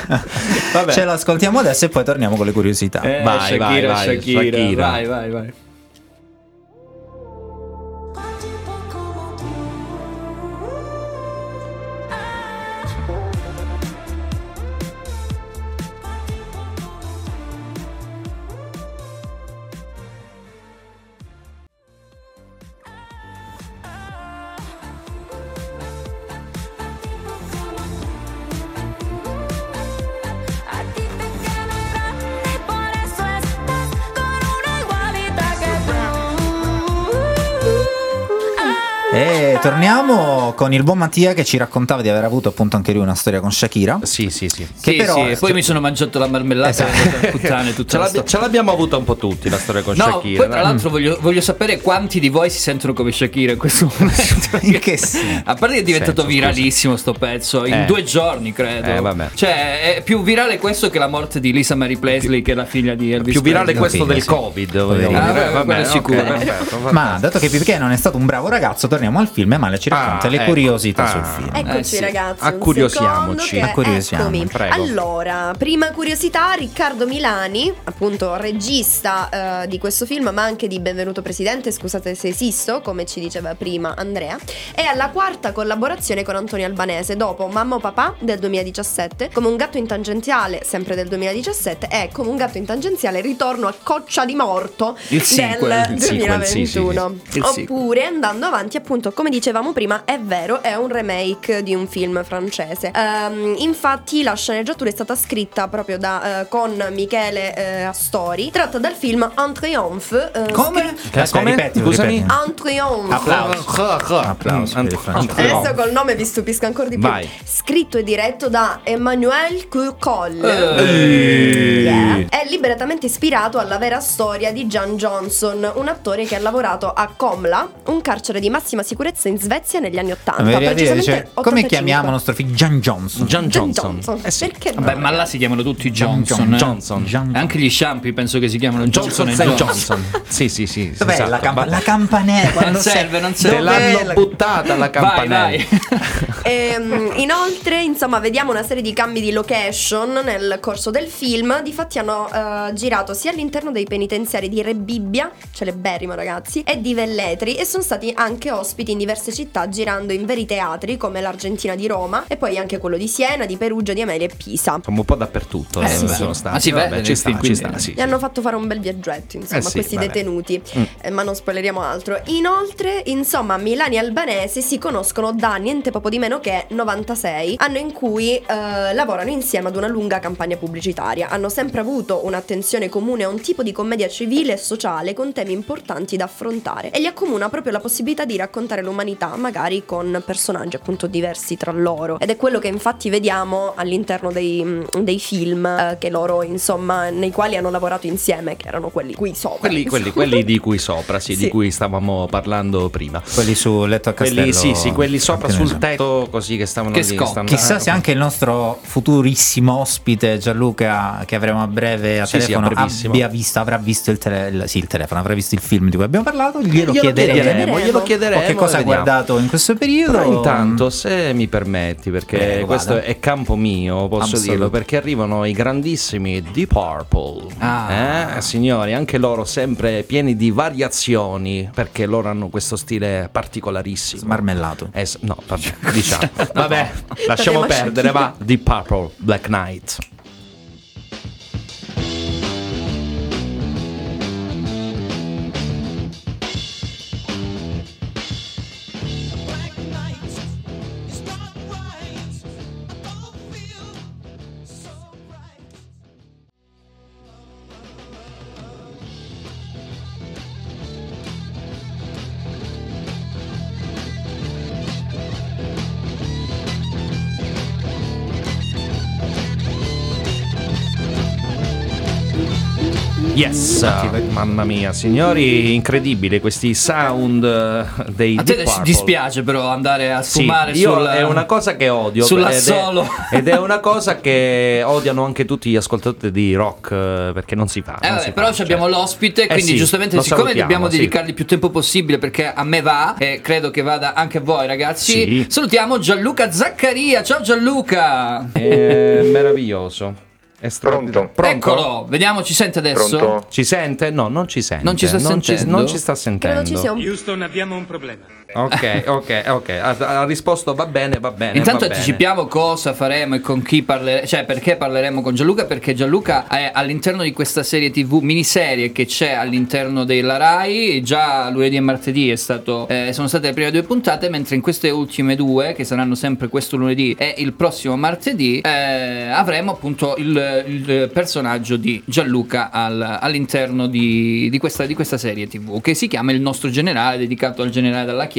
Vabbè. ce lo ascoltiamo adesso e poi torniamo con le curiosità. Eh, Vai, Shakira, vai, vai, Shakira, Shakira. vai, vai, vai. Por eso estás con una igualita que torniamo con il buon Mattia che ci raccontava di aver avuto appunto anche lui una storia con Shakira. Sì, sì, sì. Che sì, però sì, e poi mi sono mangiato la marmellata Esatto. e puttane tutta Ce, la l'abbia- storia. ce l'abbiamo avuta un po' tutti la storia con No, Shakira. poi tra dai. l'altro voglio, voglio sapere quanti di voi si sentono come Shakira in questo momento. In che senso? A parte che è diventato Senso, viralissimo sto pezzo, in Eh. due giorni credo. Eh, vabbè. Cioè è più virale questo che la morte di Lisa Marie Presley, che è la figlia di Elvis Più virale Presley. questo figlia, del sì. Covid, vogliamo Ah, dire. beh, Va quello è bene, sicuro. ok, perfetto, Ma fantastico. dato che Pipiché non è stato un bravo ragazzo, torniamo al film e Male ci racconta Ah, le ecco. curiosità Ah. sul film. Eccoci Eh, sì. ragazzi, Accuriosiamoci. un secondo che- Accuriosiamo, eccomi. prego. Allora, prima curiosità, Riccardo Milani, appunto regista eh, di questo film, ma anche di Benvenuto Presidente, scusate se esisto, come ci diceva prima Andrea, è alla quarta collaborazione con Antonio Albanese dopo Mamma o Papà del duemiladiciassette, Come un gatto in tangenziale sempre del duemiladiciassette e Come un gatto in tangenziale Ritorno a Coccia di Morto Il sequel, del il sequel, sì, sì, duemilaventuno. sì. Il sequel. Oppure andando avanti, appunto, come dicevamo prima, è vero, è un remake di un film francese. Ehm, infatti la sceneggiatura è stata scritta proprio da eh, con Michele eh, Astori, tratta dal film Un Triomphe. eh, Come? scritto- Aspetta, come? ripeti, Scusami? ripeti. Un Triomphe. Applauso. Applauso per il francese. Adesso col nome vi stupisco ancora di più. Vai. Scritto e diretto da Emmanuel Courcol. Eh. Yeah. È liberatamente ispirato alla vera storia di Jan Johnson, un attore che ha lavorato a Komla, un carcere di massima sicurezza in Svezia negli anni ottanta. Mi viene a dire, precisamente dice, come ottantacinque. chiamiamo nostro figlio? Gian Johnson. Gian Jan Johnson. Johnson. Eh sì. Perché no? Vabbè, ma là si chiamano tutti Gian Johnson. eh. Johnson. Gian- Anche gli shampoo penso che si chiamano Johnson, Johnson e e Johnson. Johnson. Sì, sì, sì. Dov'è esatto. la, campa- Va- la campanella? Non serve, non serve. Te Dov'è l'hanno la- buttata la campanella. Vai, vai. Ehm, inoltre, insomma, vediamo una serie di cambi di location nel corso del film. Difatti hanno eh, girato sia all'interno dei penitenziari di Rebibbia, celeberrimo ragazzi, e di Velletri, e sono stati anche ospiti in diverse città girando in veri teatri come l'Argentina di Roma e poi anche quello di Siena, di Perugia, di Amelia e Pisa. Siamo un po' dappertutto. Eh, eh, sì, sono sì. stati. Ma si vede Vabbè, nel ci sta, film, ci quindi. sta, sì. Gli hanno fatto fare un bel viaggetto, insomma, Eh sì, questi vabbè. detenuti, Mm. eh, ma non spoileriamo altro. Inoltre, insomma, Milani e Albanese si conoscono da niente poco di meno che novantasei, anno in cui eh, lavorano insieme ad una lunga campagna pubblicitaria. Hanno sempre avuto un'attenzione comune a un tipo di commedia civile e sociale con temi importanti da affrontare e li accomuna proprio la possibilità di raccontare l'umanità, magari con personaggi appunto diversi tra loro. Ed è quello che infatti vediamo all'interno dei, dei film eh, che loro, insomma, nei quali hanno lavorato insieme, che erano quelli qui sopra. Quelli, quelli, quelli di cui sopra, sì, Sì. di cui stavamo parlando prima. Quelli su letto a castello. Quelli, sì, sì, quelli sopra Anche sul noi. tetto, così che stavano Che lì. scocchi. stavano- Chissà se anche il nostro futurissimo ospite Gianluca, che avremo a breve a Sì, sì, telefono, a brevissimo. abbia visto, avrà visto il, tele- il- sì, il telefono, avrà visto il film di cui abbiamo parlato. Glielo, Glielo chiederemo. chiederemo, glielo chiederemo O che cosa e ha vediamo. guardato in questo periodo. Però intanto, se mi permetti, perché Prego, questo vada. è campo mio, posso Assolutamente. dirlo, perché arrivano i grandissimi Deep Purple. Ah. Eh, signori, anche loro sempre pieni di variazioni, perché loro hanno questo stile particolarissimo. Smarmellato. Eh, s- no, vabbè, diciamo. Vabbè, lasciamo Fatema perdere, Shakira. va. Deep Purple, Black Knight. Yes, mamma mia, signori, incredibile questi sound eh, dei A te Deep Purple. dispiace però andare a Sì, sfumare io sul, è una cosa che odio sull'assolo. ed è, ed è una cosa che odiano anche tutti gli ascoltatori di rock, eh, perché non si fa, Eh non vabbè, si però fa, ci abbiamo cioè. l'ospite, Eh quindi sì, giustamente lo siccome salutiamo, dobbiamo sì. dedicargli più tempo possibile, perché a me va e credo che vada anche a voi ragazzi, Sì. salutiamo Gianluca Zaccaria. Ciao Gianluca. È meraviglioso. È straordinario. Pronto? Eccolo, vediamo, ci sente adesso? Pronto? Ci sente? No, non ci sente. Non ci sta non ci, sentendo? non ci sta sentendo. Credo ci sia un Houston, abbiamo un problema. Ok, ok, ok. Ha, ha risposto va bene, va bene. Intanto va bene. anticipiamo cosa faremo e con chi parleremo, cioè perché parleremo con Gianluca, perché Gianluca è all'interno di questa serie tv, miniserie che c'è all'interno della Rai, già lunedì e martedì è stato, eh, sono state le prime due puntate, mentre in queste ultime due, che saranno sempre questo lunedì e il prossimo martedì, eh, avremo appunto il, il personaggio di Gianluca al- all'interno di, di, questa, di questa serie tv, che si chiama Il nostro generale, dedicato al generale Dalla Chiesa,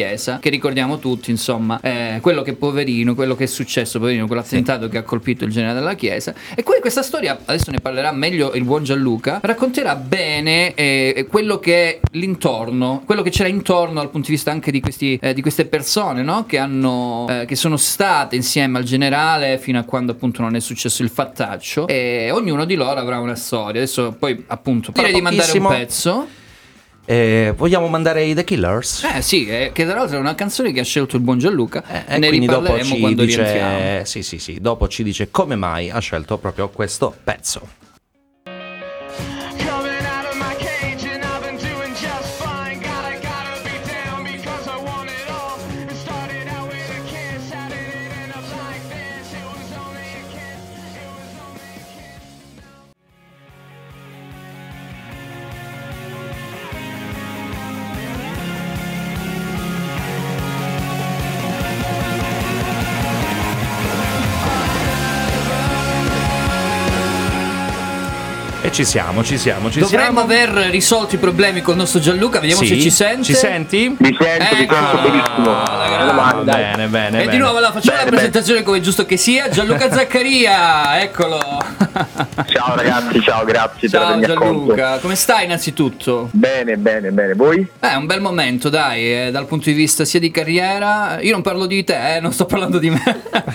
Chiesa, che ricordiamo tutti, insomma, eh, quello che poverino, quello che è successo, poverino, quell'attentato che ha colpito il generale della Chiesa. E qui questa storia, adesso ne parlerà meglio il buon Gianluca, racconterà bene eh, quello che è l'intorno, quello che c'era intorno dal punto di vista anche di, questi, eh, di queste persone, no? Che hanno eh, che sono state insieme al generale fino a quando appunto non è successo il fattaccio, e ognuno di loro avrà una storia. Adesso poi appunto direi di mandare un pezzo. Eh, vogliamo mandare i The Killers? Eh sì, eh, che tra l'altro è una canzone che ha scelto il buon Gianluca, eh, ne quindi dopo riparleremo ci quando dice, rientriamo. sì sì sì, dopo ci dice come mai ha scelto proprio questo pezzo. E ci siamo, ci siamo, ci Dovremmo siamo. aver risolto i problemi col nostro Gianluca, vediamo Sì, se ci sente. Ci senti? Mi sento, mi Ecco. sento benissimo. Ah, bene, bene, E bene. di nuovo la facciamo Bene, la presentazione come è giusto che sia. Gianluca Zaccaria, eccolo. Ciao ragazzi, ciao, grazie per Ciao avermi accolto. Gianluca, come stai innanzitutto? Bene, bene, bene, voi? Eh, è un bel momento, dai, eh, dal punto di vista sia di carriera. Io non parlo di te, eh, non sto parlando di me.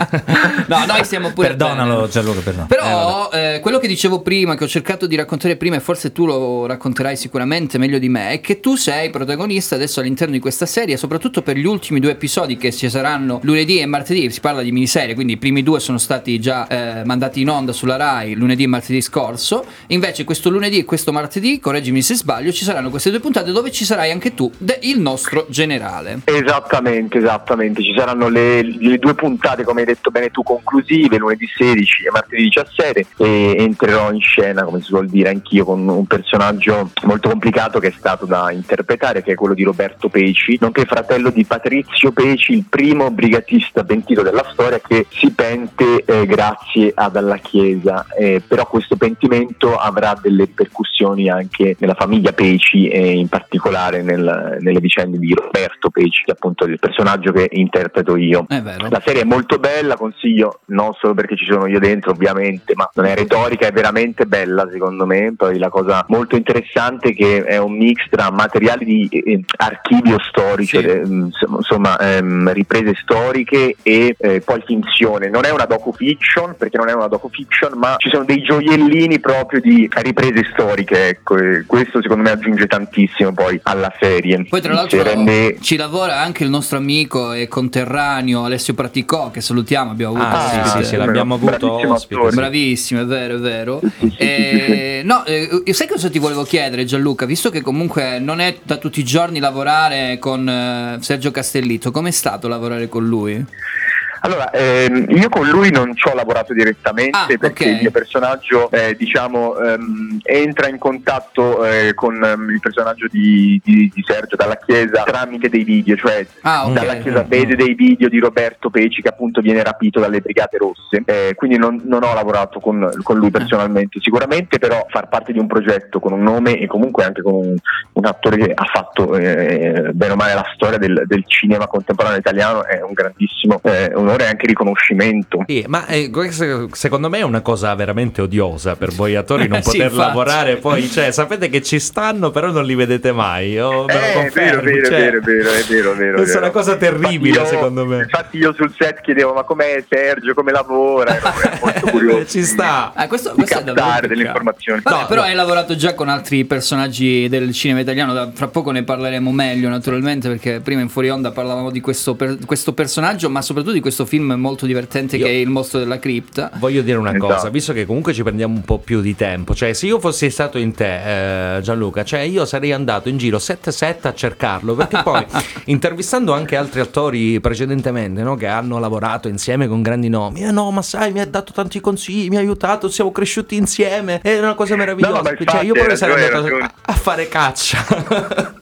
No, noi stiamo pure Perdonalo bene. Gianluca, perdonalo. Però eh, quello che dicevo prima, che ho cercato di raccontare prima, e forse tu lo racconterai sicuramente meglio di me, è che tu sei protagonista adesso all'interno di questa serie, soprattutto per gli ultimi due episodi che ci saranno lunedì e martedì. Si parla di miniserie, quindi i primi due sono stati già eh, mandati in onda sulla Rai lunedì e martedì scorso. Invece questo lunedì e questo martedì, correggimi se sbaglio, ci saranno queste due puntate dove ci sarai anche tu, de- il nostro generale. Esattamente, esattamente. Ci saranno le, le due puntate, come hai detto bene tu, conclusive, lunedì sedici e martedì diciassette, e entrerò in scena, come si suol dire, anch'io con un personaggio molto complicato che è stato da interpretare, che è quello di Roberto Peci, nonché fratello di Patrizio Peci, il primo brigatista pentito della storia che si pente eh, grazie ad alla Chiesa, eh, però questo pentimento avrà delle ripercussioni anche nella famiglia Peci e in particolare nel, nelle vicende di Roberto Peci, che è appunto il personaggio che interpreto io. È vero. La serie è molto bella, consiglio, non solo perché ci sono io dentro ovviamente, ma non è retorica, è veramente bella secondo me. Poi la cosa molto interessante è che è un mix tra materiali di eh, archivio storico, Sì. eh, insomma ehm, riprese storiche e eh, poi finzione. Non è una docu-fiction, perché non è una docu-fiction, ma ci sono dei gioiellini proprio di riprese storiche, ecco, e questo secondo me aggiunge tantissimo poi alla serie. Poi tra l'altro Si rende... ci lavora anche il nostro amico e conterraneo Alessio Praticò, che salutiamo, abbiamo avuto Ah, sì, ospite. sì, sì, l'abbiamo avuto Bravissimo ospite. attore. Sì. Bravissimo, è vero, è vero. Sì, sì, sì, Eh, no, eh, sai cosa ti volevo chiedere, Gianluca? Visto che comunque non è da tutti i giorni lavorare con eh, Sergio Castellitto, com'è stato lavorare con lui? Allora, ehm, io con lui non ci ho lavorato direttamente, Ah, perché ok. il mio personaggio eh, diciamo ehm, entra in contatto eh, con ehm, il personaggio di, di, di Sergio Dalla Chiesa tramite dei video, cioè Ah, ok. Dalla Chiesa vede dei video di Roberto Peci che appunto viene rapito dalle Brigate Rosse, eh, quindi non, non ho lavorato con, con lui personalmente. Sicuramente però far parte di un progetto con un nome e comunque anche con un, un attore che ha fatto eh, bene o male la storia del, del cinema contemporaneo italiano è un grandissimo eh, onore e anche riconoscimento. Sì, ma eh, questo secondo me è una cosa veramente odiosa per voi attori non Sì, poter infatti. lavorare poi, cioè sapete che ci stanno però non li vedete mai. Io ve lo Eh, è confermo, vero, vero, cioè, vero, vero, è vero, è vero. questa è vero. una cosa terribile Infatti io- secondo me. Infatti io sul set chiedevo ma com'è Sergio, come lavora, ero ero molto curioso Ci sta. Ah, questo, di questo è davvero captare un delle peccato. informazioni. Vabbè, No, però no. hai lavorato già con altri personaggi del cinema italiano, da- fra poco ne parleremo meglio naturalmente, perché prima in fuori onda parlavamo di questo, per- questo personaggio, ma soprattutto di questo film molto divertente Io- che è Il mostro della cripta. Voglio dire una Esatto. cosa, visto che comunque ci prendiamo un po' più di tempo, cioè se io fossi stato in te, eh, Gianluca, cioè io sarei andato in giro sette sette a cercarlo, perché poi intervistando anche altri attori precedentemente, no, che hanno lavorato insieme con grandi nomi, eh no, ma sai, mi ha dato tanti consigli, mi ha aiutato, siamo cresciuti insieme, è una cosa meravigliosa. No, ma cioè infatti io hai poi sarei ragione, andato hai ragione. a, a fare caccia.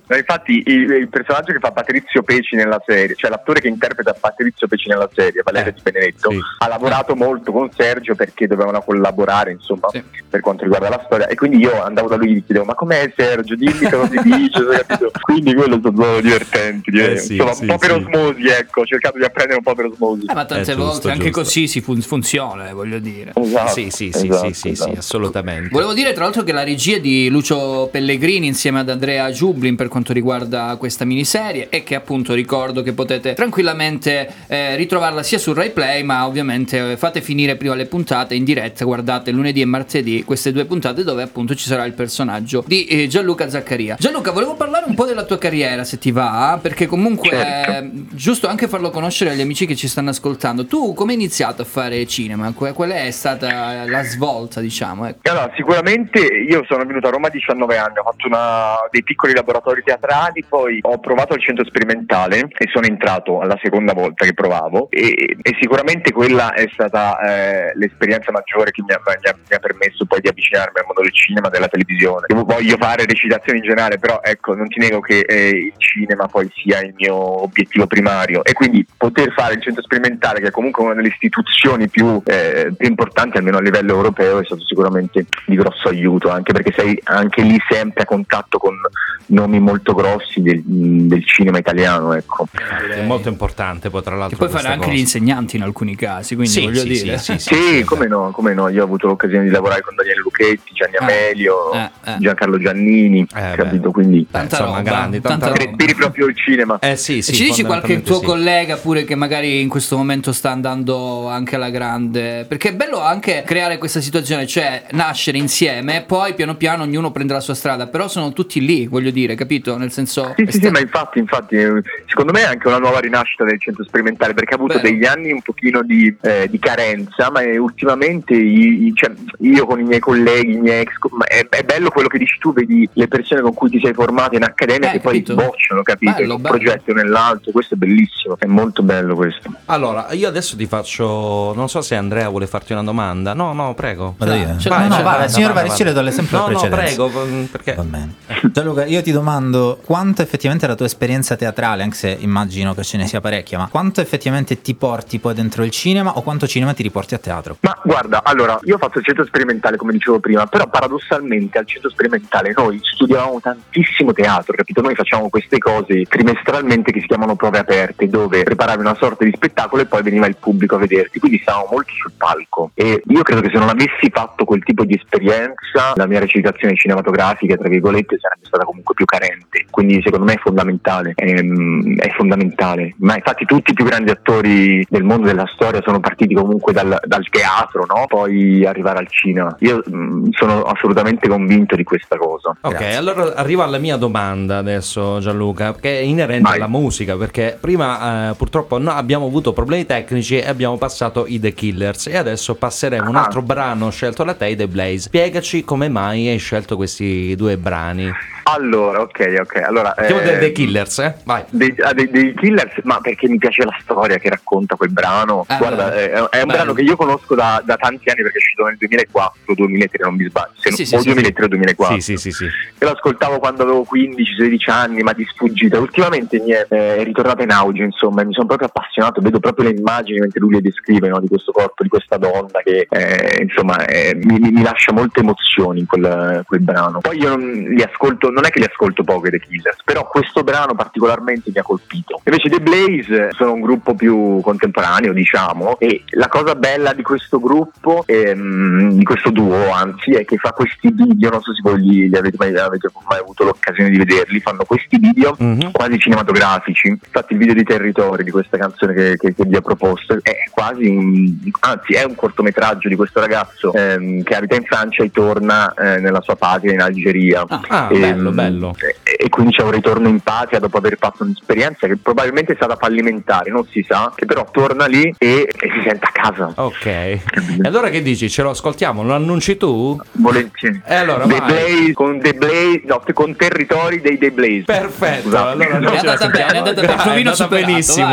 No, infatti il, il personaggio che fa Patrizio Peci nella serie, cioè l'attore che interpreta Patrizio Peci nella serie, Valerio Eh, Di Benedetto, sì. ha lavorato molto con Sergio perché dovevano collaborare, insomma, Sì. per quanto riguarda la storia, e quindi io andavo da lui e gli chiedevo: ma com'è Sergio? Dimmi cosa si dice, capito? Quindi quello è stato divertente, direi. Eh sì, insomma, sì, un po' per sì. osmosi, ecco, ho cercato di apprendere un po' per osmosi. Eh, ma tante Eh, giusto, volte anche giusto. così si fun- funziona, eh, voglio dire. Esatto, Sì, sì, sì, esatto, sì, sì, esatto. sì, assolutamente. Volevo dire tra l'altro che la regia è di Lucio Pellegrini insieme ad Andrea Giublin per quanto riguarda questa miniserie, e che appunto ricordo che potete tranquillamente eh, ritrovarla sia su Rai Play, ma ovviamente eh, fate finire prima le puntate in diretta, guardate lunedì e martedì queste due puntate dove appunto ci sarà il personaggio di eh, Gianluca Zaccaria. Gianluca, volevo parlare un po' della tua carriera, se ti va, perché comunque Certo. è giusto anche farlo conoscere agli amici che ci stanno ascoltando. Tu come hai iniziato a fare cinema? Que- Qual è stata la svolta, diciamo? Ecco. Allora, sicuramente io sono venuto a Roma a diciannove anni, ho fatto una, dei piccoli laboratori teatrali, poi ho provato al centro sperimentale e sono entrato alla seconda volta che provavo, e, e sicuramente quella è stata eh, l'esperienza maggiore che mi ha, mi, ha, mi ha permesso poi di avvicinarmi al mondo del cinema, della televisione. Io voglio fare recitazioni in generale, però ecco, non ti nego che eh, il cinema poi sia il mio obiettivo primario, e quindi poter fare il centro sperimentale, che è comunque una delle istituzioni più, eh, più importanti almeno a livello europeo, è stato sicuramente di grosso aiuto, anche perché sei anche lì sempre a contatto con nomi molto grossi del, del cinema italiano, ecco. È molto importante poi tra l'altro. Che puoi fare questa anche cosa. gli insegnanti in alcuni casi, quindi Sì, voglio sì, dire. sì, sì, Sì, come no, come no, io ho avuto l'occasione di lavorare con Daniele Lucchetti, Gianni Amelio, eh, eh. Giancarlo Giannini, Eh, capito? Quindi Tanta insomma, roba, grandi, tanta tanta roba. respiri proprio il cinema. Eh sì, sì, E ci dici qualche fondamentalmente tuo sì. collega pure che magari in questo momento sta andando anche alla grande? Perché è bello anche creare questa situazione, cioè nascere insieme e poi piano piano ognuno prende la sua strada, però sono tutti lì, voglio dire, capito? Nel senso... Sì, è sì, sì, sta- ma infatti, infatti, eh, secondo me è anche una nuova rinascita del centro sperimentale, perché ha avuto Vero. degli anni un pochino di, eh, di carenza, ma è ultimamente i- i- cioè, io con i miei colleghi, i miei ex, ma è, è bello quello che dici tu, vedi le persone con cui ti sei formato in accademia Eh, che capito? poi sbocciano, capito? Bello, in un bello. progetto o nell'altro, questo è bellissimo, è molto bello questo. Allora, io adesso ti faccio, non so se Andrea vuole farti una domanda. No, no, prego. Vado io? Ce No, l'hai, no, ce vada, l'hai. signor vada, Varisci le do le sempre No, la no, precedenza. prego, perché Va bene. Gianluca, io ti domando quanto effettivamente la tua esperienza teatrale, anche se immagino che ce ne sia parecchia, ma quanto effettivamente ti porti poi dentro il cinema, o quanto cinema ti riporti a teatro? Ma guarda, allora, io ho fatto il centro sperimentale come dicevo prima, però paradossalmente al centro sperimentale noi studiavamo tantissimo teatro, capito? Noi facciamo queste cose trimestralmente che si chiamano prove aperte, dove preparavi una sorta di spettacolo e poi veniva il pubblico a vederti, quindi stavamo molto sul palco, e io credo che se non avessi fatto quel tipo di esperienza la mia recitazione cinematografica, tra virgolette, sarebbe stata comunque più carente, quindi secondo me è fondamentale, è, è fondamentale, ma infatti tutti i più grandi attori del mondo della storia sono partiti comunque dal, dal teatro, no? Poi arrivare al cinema. Io mh, sono assolutamente convinto di questa cosa. Ok, Grazie. allora arrivo alla mia domanda adesso, Gianluca, che è inerente Vai. alla musica, perché prima eh, purtroppo no, abbiamo avuto problemi tecnici e abbiamo passato i The Killers, e adesso passeremo un Ah. altro brano scelto da te, i The Blaze. Spiegaci come mai hai scelto questi due brani. Allora, ok, ok. Allora, Partiamo eh, dai The Killers, eh? Vai. Dei, ah, dei, dei Killers, ma perché mi piace la storia che racconta quel brano. Ah, Guarda, è, è un bello. brano che io conosco da, da tanti anni, perché è uscito nel duemilaquattro duemilatré, non mi sbaglio, se Sì, non- sì, o sì, duemilatré o duemilaquattro. Sì, sì, sì, sì. Io l'ascoltavo quando avevo quindici sedici anni, ma di sfuggita. Ultimamente mi è, eh, è ritornata in auge, insomma, e mi sono proprio appassionato. Vedo proprio le immagini mentre lui le descrive, no, di questo corpo, di questa donna che eh, insomma eh, mi, mi- mi lascia molte emozioni in quel, quel brano. Poi io non li ascolto, non è che li ascolto poco i The Killers, però questo brano particolarmente mi ha colpito. Invece The Blaze sono un gruppo più contemporaneo, diciamo, e la cosa bella di questo gruppo, ehm, di questo duo anzi, è che fa questi video, non so se voi li, li avete, mai, avete mai avuto l'occasione di vederli, fanno questi video Mhm. quasi cinematografici. Infatti il video di Territori, di questa canzone che, che, che vi ho proposto, è quasi un, anzi è un cortometraggio di questo ragazzo ehm, che abita in Francia e torna eh, nella sua patria in Algeria. Ah, E, bello, bello. E, e quindi c'è un ritorno in patria dopo aver fatto un'esperienza che probabilmente è stata fallimentare, non si sa, che però torna lì e, e si sente a casa. Ok. E allora che dici? Ce lo ascoltiamo? Lo annunci tu? Volentieri. E allora The vai. Blaze, con The Blaze, no, con Territori dei The Blaze. Perfetto. Scusate. Allora noi È ce la andata bene, è sentiamo. andata bene, È provino andata superato, benissimo.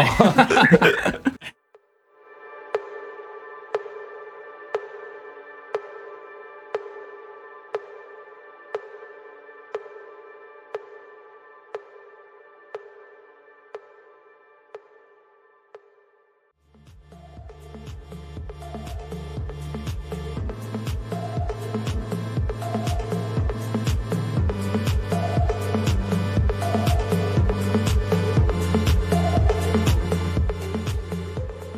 vai.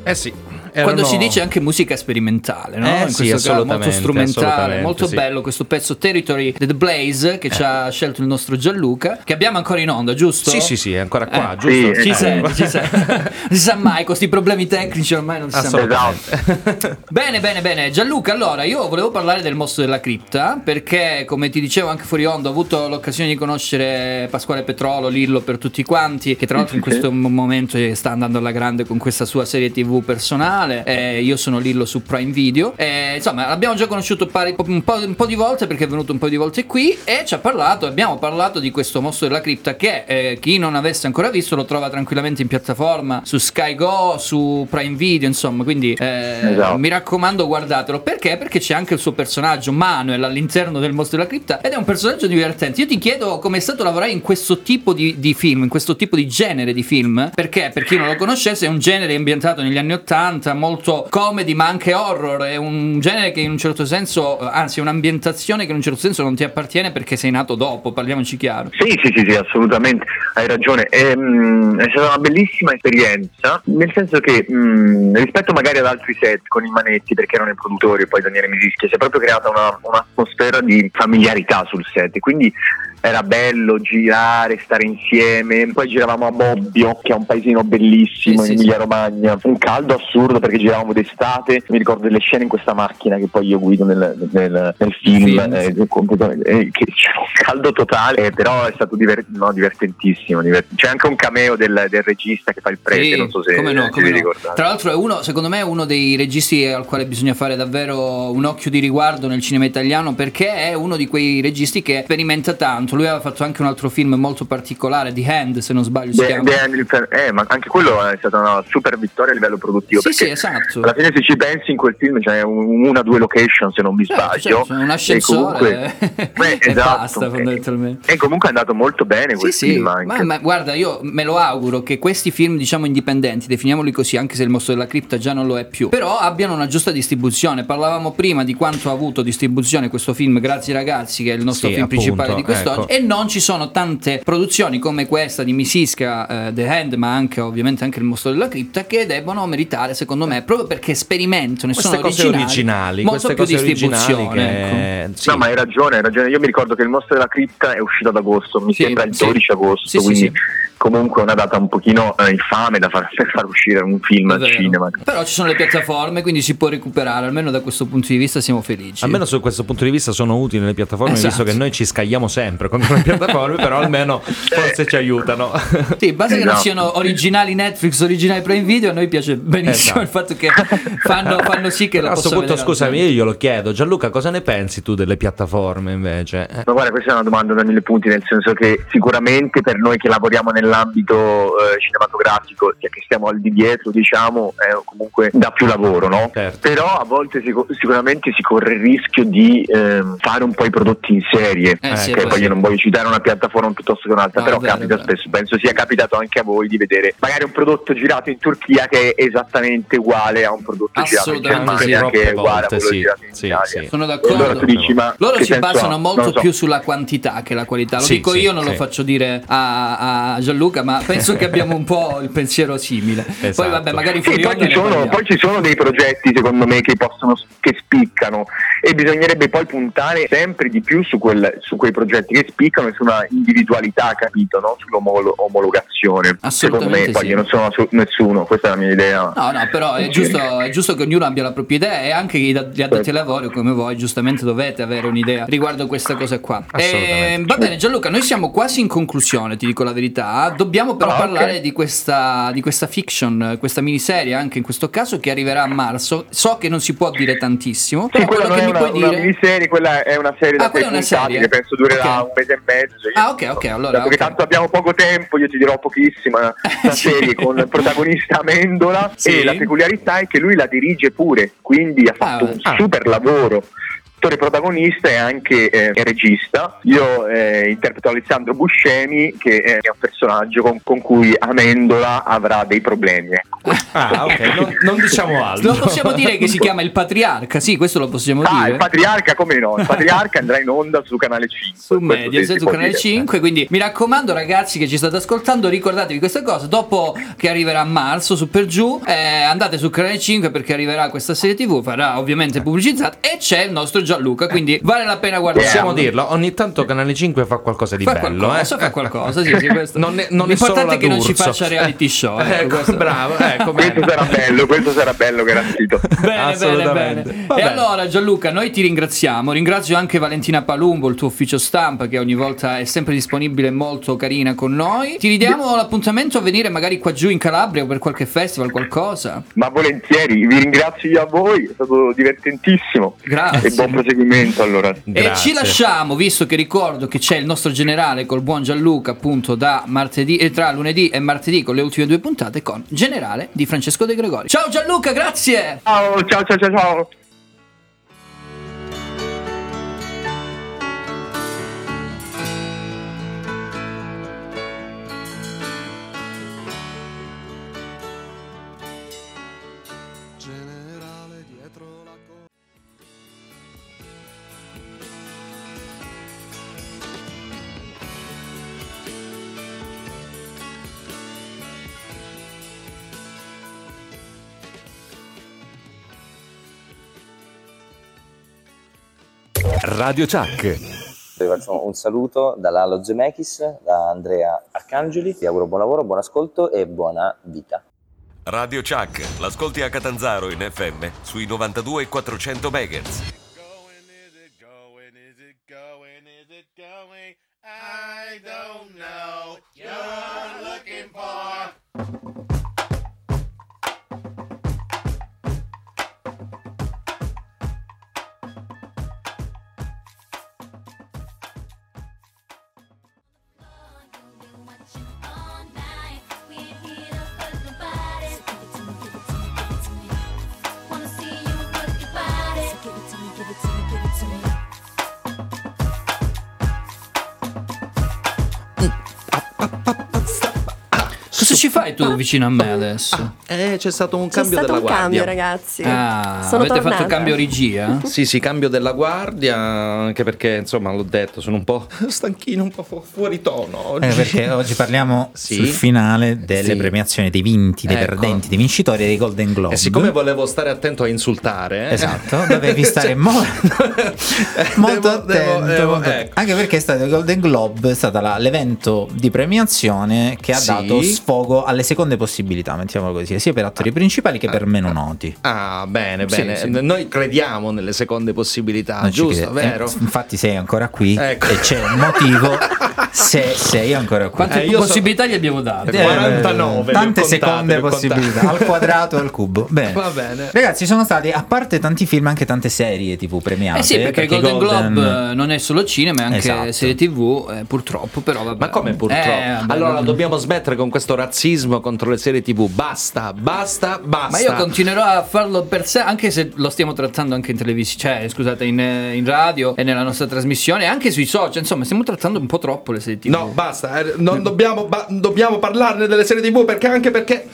Eh sì. Quando Erano... si dice anche musica sperimentale, no? Eh, In sì, questo caso molto strumentale, assolutamente, molto sì. bello questo pezzo Territory The Blaze che eh. ci ha scelto il nostro Gianluca, che abbiamo ancora in onda, giusto? Sì, sì, sì, è ancora qua, eh, giusto? Sì, ci eh. sente, ci sente. Non si sa mai, con questi problemi tecnici ormai non si sa mai. Bene, bene, bene. Gianluca, allora, io volevo parlare del mostro della cripta, perché, come ti dicevo anche fuori onda, ho avuto l'occasione di conoscere Pasquale Petrolo, Lillo per tutti quanti, che tra l'altro in questo momento sta andando alla grande con questa sua serie tivù personale. Eh, io sono Lillo su Prime Video. Eh, insomma, l'abbiamo già conosciuto pari, un, po', un po' di volte, perché è venuto un po' di volte qui e ci ha parlato, abbiamo parlato di questo mostro della cripta che eh, chi non avesse ancora visto lo trova tranquillamente in piattaforma su Sky Go, su Prime Video, insomma, quindi eh, esatto. Mi raccomando, guardatelo. Perché? Perché c'è anche il suo personaggio Manuel all'interno del mostro della cripta ed è un personaggio divertente. Io ti chiedo come è stato lavorare in questo tipo di, di film, in questo tipo di genere di film, perché per chi non lo conoscesse è un genere ambientato negli anni ottanta, molto comedy ma anche horror, è un genere che in un certo senso, anzi è un'ambientazione che in un certo senso non ti appartiene perché sei nato dopo, parliamoci chiaro. Sì, sì, sì, sì, assolutamente, hai ragione. È, mh, è stata una bellissima esperienza, nel senso che mh, rispetto magari ad altri set con i manetti, perché erano i produttori e poi Daniele Misischia, si è proprio creata una, un'atmosfera di familiarità sul set, quindi era bello girare, stare insieme. Poi giravamo a Bobbio, che è un paesino bellissimo, sì, in Emilia Romagna, un caldo assurdo perché giravamo d'estate. Mi ricordo delle scene in questa macchina che poi io guido nel, nel, nel film, film eh, eh, che c'è un caldo totale, eh, però è stato diver- no, divertentissimo, divert- c'è anche un cameo del, del regista che fa il prete, sì, non so se, come no, se come vi no. ricordate. Tra l'altro è uno, secondo me è uno dei registi al quale bisogna fare davvero un occhio di riguardo nel cinema italiano, perché è uno di quei registi che sperimenta tanto. Lui aveva fatto anche un altro film molto particolare, The Hand, se non sbaglio si The, chiama. The Hand, eh, ma anche quello è stata una super vittoria a livello produttivo. Sì, sì, esatto. Alla fine, se ci pensi, in quel film c'è un, una o due location, se non mi certo, sbaglio. Certo, un ascensore e, comunque, beh, e esatto, basta, fondamentalmente. E comunque è andato molto bene quel sì, film sì, anche. Ma, ma guarda, io me lo auguro che questi film, diciamo indipendenti, definiamoli così, anche se il mostro della cripta già non lo è più, però abbiano una giusta distribuzione. Parlavamo prima di quanto ha avuto distribuzione questo film Grazie ragazzi, che è il nostro sì, film appunto, principale di quest'oggi, ecco. E non ci sono tante produzioni come questa di Misischia, uh, The Hand, ma anche ovviamente anche il mostro della cripta, che debbono meritare, secondo me, proprio perché sperimentano e sono queste cose originali, molto queste più cose distribuzione che... ecco. Sì. No, ma hai ragione, hai ragione. Io mi ricordo che il mostro della cripta è uscito ad agosto, mi sì, sembra il sì. dodici agosto, sì, quindi sì, sì. comunque è una data un pochino eh, infame da far, per far uscire un film al cinema. Però ci sono le piattaforme, quindi si può recuperare, almeno da questo punto di vista siamo felici. Almeno su questo punto di vista sono utili le piattaforme, esatto. Visto che noi ci scagliamo sempre contro le piattaforme, però almeno forse ci aiutano. Sì, basta esatto. che non siano originali Netflix, originali Prime Video, a noi piace benissimo esatto. il fatto che fanno, fanno sì che lo possa vedere. A questo punto, scusami, io glielo chiedo. Gianluca, cosa ne pensi tu delle piattaforme invece? Eh. Ma guarda, questa è una domanda da mille punti, nel senso che sicuramente per noi che lavoriamo nell'ambito eh, cinematografico, cioè che stiamo al di dietro, diciamo, è comunque da più lavoro, no? Certo. Però a volte sic- sicuramente si corre il rischio di eh, fare un po' i prodotti in serie, eh, sì, che poi io non voglio citare una piattaforma piuttosto che un'altra, no, però vero, capita spesso, penso sia capitato anche a voi di vedere magari un prodotto girato in Turchia che è esattamente uguale a un prodotto girato in Germania, sì, che è uguale volte, a quello sì, girato in sì, Italia. Sì. Sono d'accordo. Allora tu dici, ma loro si basano ha? molto so. più sulla quantità che la qualità. Lo sì, dico sì, io, non sì. lo faccio dire a, a Gianluca, ma penso che abbiamo un po' il pensiero simile. Esatto. Poi vabbè, magari sì, poi, ci sono, poi ci sono dei progetti secondo me che possono che spiccano e bisognerebbe poi puntare sempre di più su, quel, su quei progetti che spiccano e su una individualità, capito, no? Sull'omologazione. Secondo me, poi sì. io non sono su, nessuno, questa è la mia idea. No, no, però è giusto, è giusto che ognuno abbia la propria idea e anche gli addetti ai lavori come voi giustamente dovete avere un'idea riguardo questa cosa qua. E, va bene Gianluca, noi siamo quasi in conclusione, ti dico la verità. Dobbiamo però ah, parlare okay. di questa di questa fiction, questa miniserie anche in questo caso che arriverà a marzo. So che non si può dire tantissimo, sì, però quello non che è mi una, puoi una dire miniserie, quella è una serie ah, da sei puntate che penso durerà okay. un mese e mezzo. Ah ok ok allora perché okay. tanto abbiamo poco tempo, io ti dirò pochissima la sì. serie con il protagonista Amendola sì. E la peculiarità è che lui la dirige pure, quindi ha fatto ah, un ah. super lavoro. attore protagonista e anche eh, regista. Io eh, interpreto Alessandro Buscemi, che è un personaggio con, con cui Amendola avrà dei problemi. Ecco. Ah, ok, non, non diciamo altro. Lo possiamo dire che si chiama il Patriarca, sì, questo lo possiamo ah, dire. Il Patriarca, come no? Il Patriarca andrà in onda su Canale cinque. Su Mediaset, su Canale cinque, quindi mi raccomando ragazzi che ci state ascoltando, ricordatevi questa cosa, dopo che arriverà a marzo su per giù, eh, andate su Canale cinque perché arriverà questa serie tv, farà ovviamente pubblicizzata e c'è il nostro Gianluca, quindi vale la pena guardare. Possiamo dirlo, ogni tanto Canale cinque fa qualcosa di fa bello, qualcosa, eh? fa qualcosa, sì, sì, questo. Non è, non L'importante è, è che non ci faccia reality show. Ecco, ecco bravo, ecco, questo sarà bello, questo sarà bello, Grazzito. Bene, bene, bene. E allora Gianluca, noi ti ringraziamo, ringrazio anche Valentina Palumbo, il tuo ufficio stampa, che ogni volta è sempre disponibile e molto carina con noi. Ti ridiamo l'appuntamento a venire magari qua giù in Calabria o per qualche festival, qualcosa? Ma volentieri, vi ringrazio io a voi, è stato divertentissimo. Grazie. E buon proseguimento allora. E ci lasciamo, visto che ricordo che c'è il nostro generale col buon Gianluca appunto da martedì e tra lunedì e martedì con le ultime due puntate con Generale di Francesco De Gregori. Ciao Gianluca, grazie. Ciao, ciao, ciao, ciao, ciao. Radio Chuck. Vi faccio un saluto da Lalo Zemeckis, da Andrea Arcangeli, vi auguro buon lavoro, buon ascolto e buona vita. Radio Chuck, l'ascolti a Catanzaro in F M sui novantadue e quattrocento megahertz. I don't know, you're looking for Cosa ci fai tu vicino a me adesso? Eh, c'è stato un C'è cambio stato della un guardia. cambio, ragazzi. Ah, Sono avete tornata. fatto cambio regia? Sì, sì, cambio della guardia, anche perché, insomma, l'ho detto, sono un po' stanchino, un po' fu- fuori tono oggi. Eh, perché oggi parliamo Sì. sul finale delle Sì. premiazioni dei vinti, dei Ecco. perdenti, dei vincitori e dei Golden Globe. E siccome volevo stare attento a insultare, eh, Esatto, dovevi stare cioè, molto, molto devo- attento, devo- devo- molto- ecco. anche perché è stato il Golden Globe, è stato la- l'evento di premiazione che ha Sì. dato sfogo alle seconde possibilità, mettiamolo così, sia per attori principali che per meno noti. Ah, bene, Sì, bene. sì. Noi crediamo nelle seconde possibilità, Non ci giusto, crede- vero? eh, infatti sei ancora qui Ecco. e c'è un motivo se sei ancora qui. Quante Eh, io so- possibilità gli abbiamo dato? Eh, quarantanove, li ho tante contate, seconde li ho contate. possibilità al quadrato e al cubo. Bene. Va bene. Ragazzi, sono stati a parte tanti film anche tante serie tivù premiate. Eh sì, perché, il Golden, Globe eh, non è solo cinema, è anche Esatto. serie tivù, eh, purtroppo, però vabbè. Ma come purtroppo? Eh, vabbè, allora non- dobbiamo smettere con questo razzismo contro le serie tivù. Basta, basta, basta. Ma io continuerò a farlo per sé, anche se lo stiamo trattando anche in televisione, cioè scusate, in, eh, in radio e nella nostra trasmissione, anche sui social, insomma, stiamo trattando un po' troppo le serie tivù. No, basta, eh, non dobbiamo, ba- dobbiamo parlarne delle serie tivù perché anche perché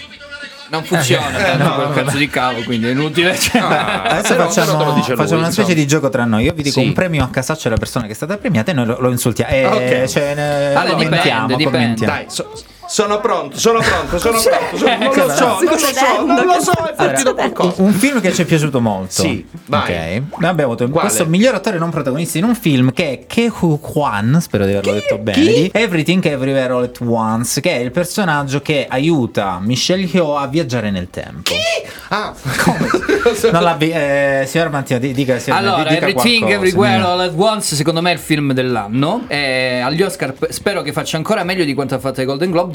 Non funziona Eh, tanto no, quel vabbè. cazzo di cavo, quindi è inutile. Cioè. Adesso però- facciamo, però te lo dice lui, facciamo una specie insomma. di gioco tra noi. Io vi dico Sì. un premio a casaccio alla persona che è stata premiata e noi lo, lo insultiamo. Eh, Ok. cioè, ne- Allora, commentiamo, dipende, dipende. commentiamo. dai, so- sono pronto, sono pronto, sono pronto. sono- non lo so, non lo so, non lo so, è partito qualcosa. Un film che ci è piaciuto molto. Sì, vai. Ok. Noi abbiamo avuto Quale? questo miglior attore non protagonista in un film che è Ke-Hu Kwan, spero di averlo detto bene, di Everything Everywhere All at Once, che è il personaggio che aiuta Michelle Yeoh a viaggiare nel tempo. Ah, Non l'ha vi- eh, signor Mantino, di- dica, signor, Allora, dica Everything qualcosa, Everywhere dica. All at Once, secondo me è il film dell'anno. E agli Oscar p- spero che faccia ancora meglio di quanto ha fatto ai Golden Globe,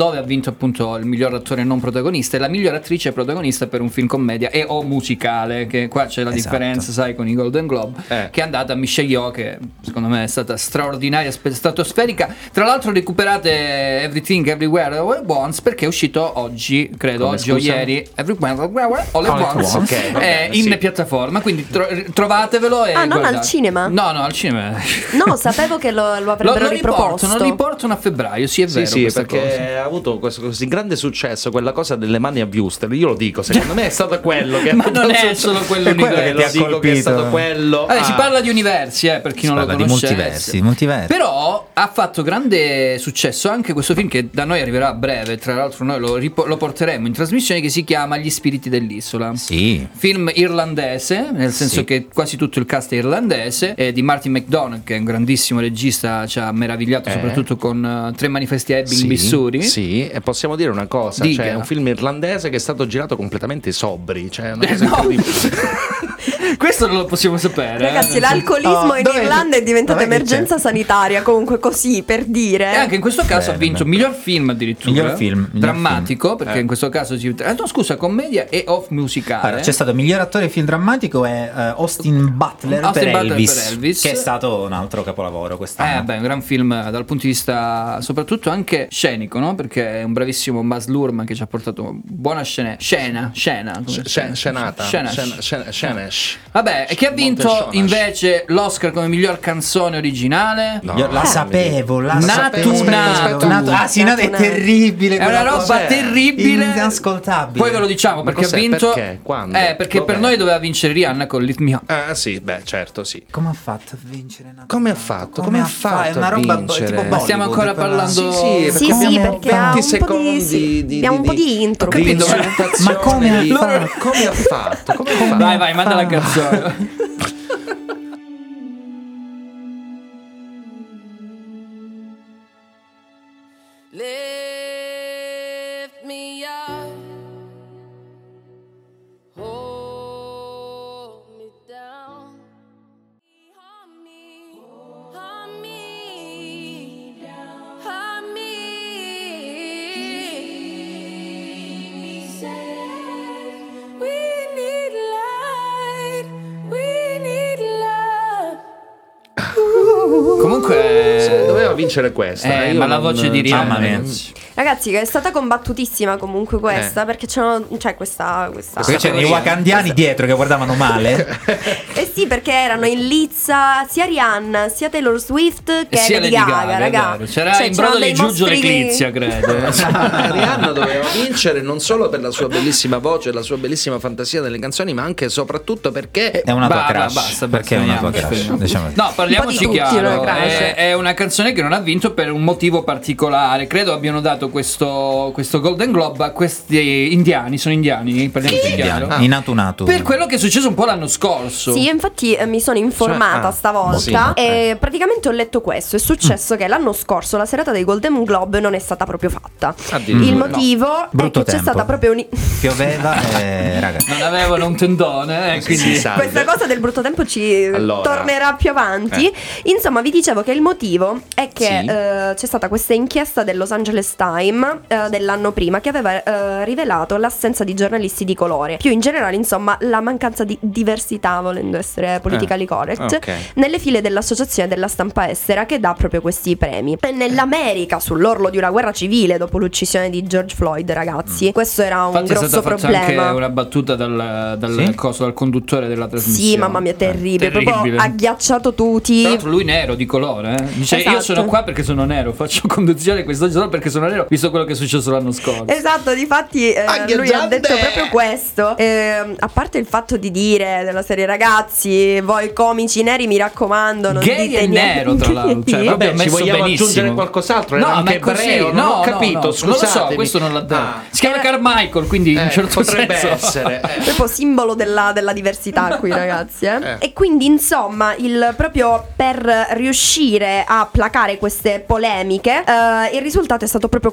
dove ha vinto appunto il miglior attore non protagonista e la miglior attrice protagonista per un film commedia e o musicale, che qua c'è la Esatto. differenza, sai, con i Golden Globe, Eh. che è andata a Michelle Yeoh, che secondo me è stata straordinaria, spe- stratosferica. Tra l'altro recuperate Everything Everywhere All at Once, perché è uscito oggi, credo, Come, oggi o scusa? ieri, Everywhere All at All at Once, once, ok, eh, va bene, in sì. piattaforma, quindi tro- trovatevelo e Ah, non al guardate. cinema? No, no, al cinema. No, sapevo che lo, lo Lo, avrebbero lo riportano, riproposto. lo riportano a febbraio, sì è Sì, vero sì, questa perché cosa. ha avuto questo così grande successo, quella cosa delle mani a Wuster. Io lo dico, secondo me è stato quello che ha Ma avuto non il è successo. solo quello È quello unico, che ti ha dico colpito. Che è stato quello. Vabbè, si Ah. parla di universi, eh, per chi Si non lo parla di conoscesse. multiversi, multiversi. Però ha fatto grande successo anche questo film che da noi arriverà a breve, tra l'altro noi lo, ripo- lo porteremo in trasmissione, che si chiama Gli spiriti dell'isola. Sì. Film irlandese, nel senso Sì. che quasi tutto il cast è irlandese, è di Martin McDonagh, che è un grandissimo regista, ci ha meravigliato Eh. soprattutto con uh, Tre manifesti a Ebbing, Sì, Missouri. sì, e possiamo dire una cosa, Dica. cioè è un film irlandese che è stato girato completamente sobri, cioè è una Eh, cosa no. incredibile. Questo non lo possiamo sapere. Ragazzi, eh. l'alcolismo Oh, in dov'è- Irlanda è diventata dov'è che emergenza sanitaria, comunque così, per dire. E anche in questo caso Bene, ha vinto bene. miglior film addirittura. Miglior film, miglior drammatico, perché Eh. in questo caso si eh, no, scusa, commedia e off musicale. Allora, c'è stato miglior attore film drammatico è eh, Austin Butler, Austin per, Butler Elvis, per Elvis. che è stato un altro capolavoro quest'anno. Eh beh, un gran film dal punto di vista soprattutto anche scenico, no? Perché è un bravissimo Baz Luhrmann che ci ha portato buona scena, scena, scena, come si Sc- dice? Scenata, Scena. scena- scena- Scenesh. Vabbè, e chi ha vinto Montescionas. invece l'Oscar come miglior canzone originale? No. Io la Eh. sapevo, la Natu sapevo. Natu. Aspetta, Natu- Ah sì, Natu è Natu. terribile. È una quella roba cosa. terribile, inascoltabile. Poi ve lo diciamo Ma perché ha cos'è? vinto. Perché? Quando? Eh, perché per Dov'è? noi doveva vincere Rihanna con Lift Me Up. Ah sì, beh certo sì. Come ha fatto a vincere Natu? Come ha fatto? Come Come, ha ha fatto? fatto? È una a roba vincere? tipo Ma stiamo Bollywood, ancora quella- parlando. Sì, Sì, perché sì, abbiamo perché ha venti un po' secondi di, sì, di- abbiamo un po' di- di intro, di capito? presentazione Ma come ha di- fatto? come ha fatto? Come ha fatto? Vai, vai, manda la canzone. Lift me up, hold me down, hold me, hold me, hold me. We need light, we need love. Comunque Doveva vincere questa. Eh, io ma la non- voce di Rihanna. Mamma mia. Ragazzi, che è stata combattutissima comunque questa, perché c'erano, c'è questa, questa Perché c'erano i wakandiani dietro che guardavano male. Eh sì, perché erano in lizza sia Rihanna sia Taylor Swift che e sia Lady Lady Gaga, Gaga, raga. è vero. C'era Cioè, in brodo c'erano di dei Giugio mostri- l'Eclizia, credo. Rihanna doveva vincere non solo per la sua bellissima voce e la sua bellissima fantasia delle canzoni, ma anche e soprattutto perché È una tua Ba- ba- crash. basta, Perché è una tua basta, crash? fermiamoci. Diciamo. No, parliamoci Un po' di tutti, chiaro. una crash. È, è una canzone che non ha vinto per un motivo particolare. Credo abbiano dato questo, questo Golden Globe a questi indiani. Sono indiani? Parliamoci chiaro. Indiani. I Natu Natu. Per quello che è successo un po' l'anno scorso. Sì, infatti eh, mi sono informata Cioè, ah, stavolta sì, e praticamente ho letto questo. È successo che l'anno scorso la serata dei Golden Globe non è stata proprio fatta. Addirittura. Il motivo è Brutto che c'è tempo. stata proprio un... Pioveva e raga. Non avevano un tendone, eh, quindi si sa. Questa cosa del brutto tempo ci Allora. tornerà più avanti. Insomma, vi dicevo che il motivo è che Sì. eh, c'è stata questa inchiesta del Los Angeles Times eh, dell'anno prima che aveva eh, rivelato l'assenza di giornalisti di colore. Più in generale, insomma, la mancanza di diversità, volendo essere politically correct, ok. nelle file dell'Associazione della Stampa Estera che dà proprio questi premi. E nell'America, sull'orlo di una guerra civile dopo l'uccisione di George Floyd, ragazzi, questo era un infatti è grosso stata fatta problema. anche una battuta dal, dal Sì? coso, dal conduttore della trasmissione. Sì, mamma mia, terribile, Terribile. proprio agghiacciato tutti. Tra l'altro lui nero di colore, eh. Dice io Esatto. sono qua perché sono nero, faccio conduzione quest'oggi solo perché sono nero, visto quello che è successo l'anno scorso. Esatto, difatti eh, Agghiacciante! lui ha detto proprio questo. Eh, a parte il fatto di dire della serie ragazzi, voi comici neri mi raccomando, non Gay dite e niente. nero, tra l'altro. Cioè, Sì. vabbè, Vabbè, ci messo vogliamo benissimo. aggiungere qualcos'altro? Era No, anche ma è così, ebreo, non no, ho no, capito, no, non lo so, scusatemi. questo non l'ha detto. Ah. Si chiama Carmichael, quindi in un Eh, certo potrebbe senso. essere. eh. Proprio simbolo della, della diversità qui, ragazzi. Eh? Eh. E quindi, insomma, il, proprio per riuscire a placare queste polemiche, eh, il risultato è stato proprio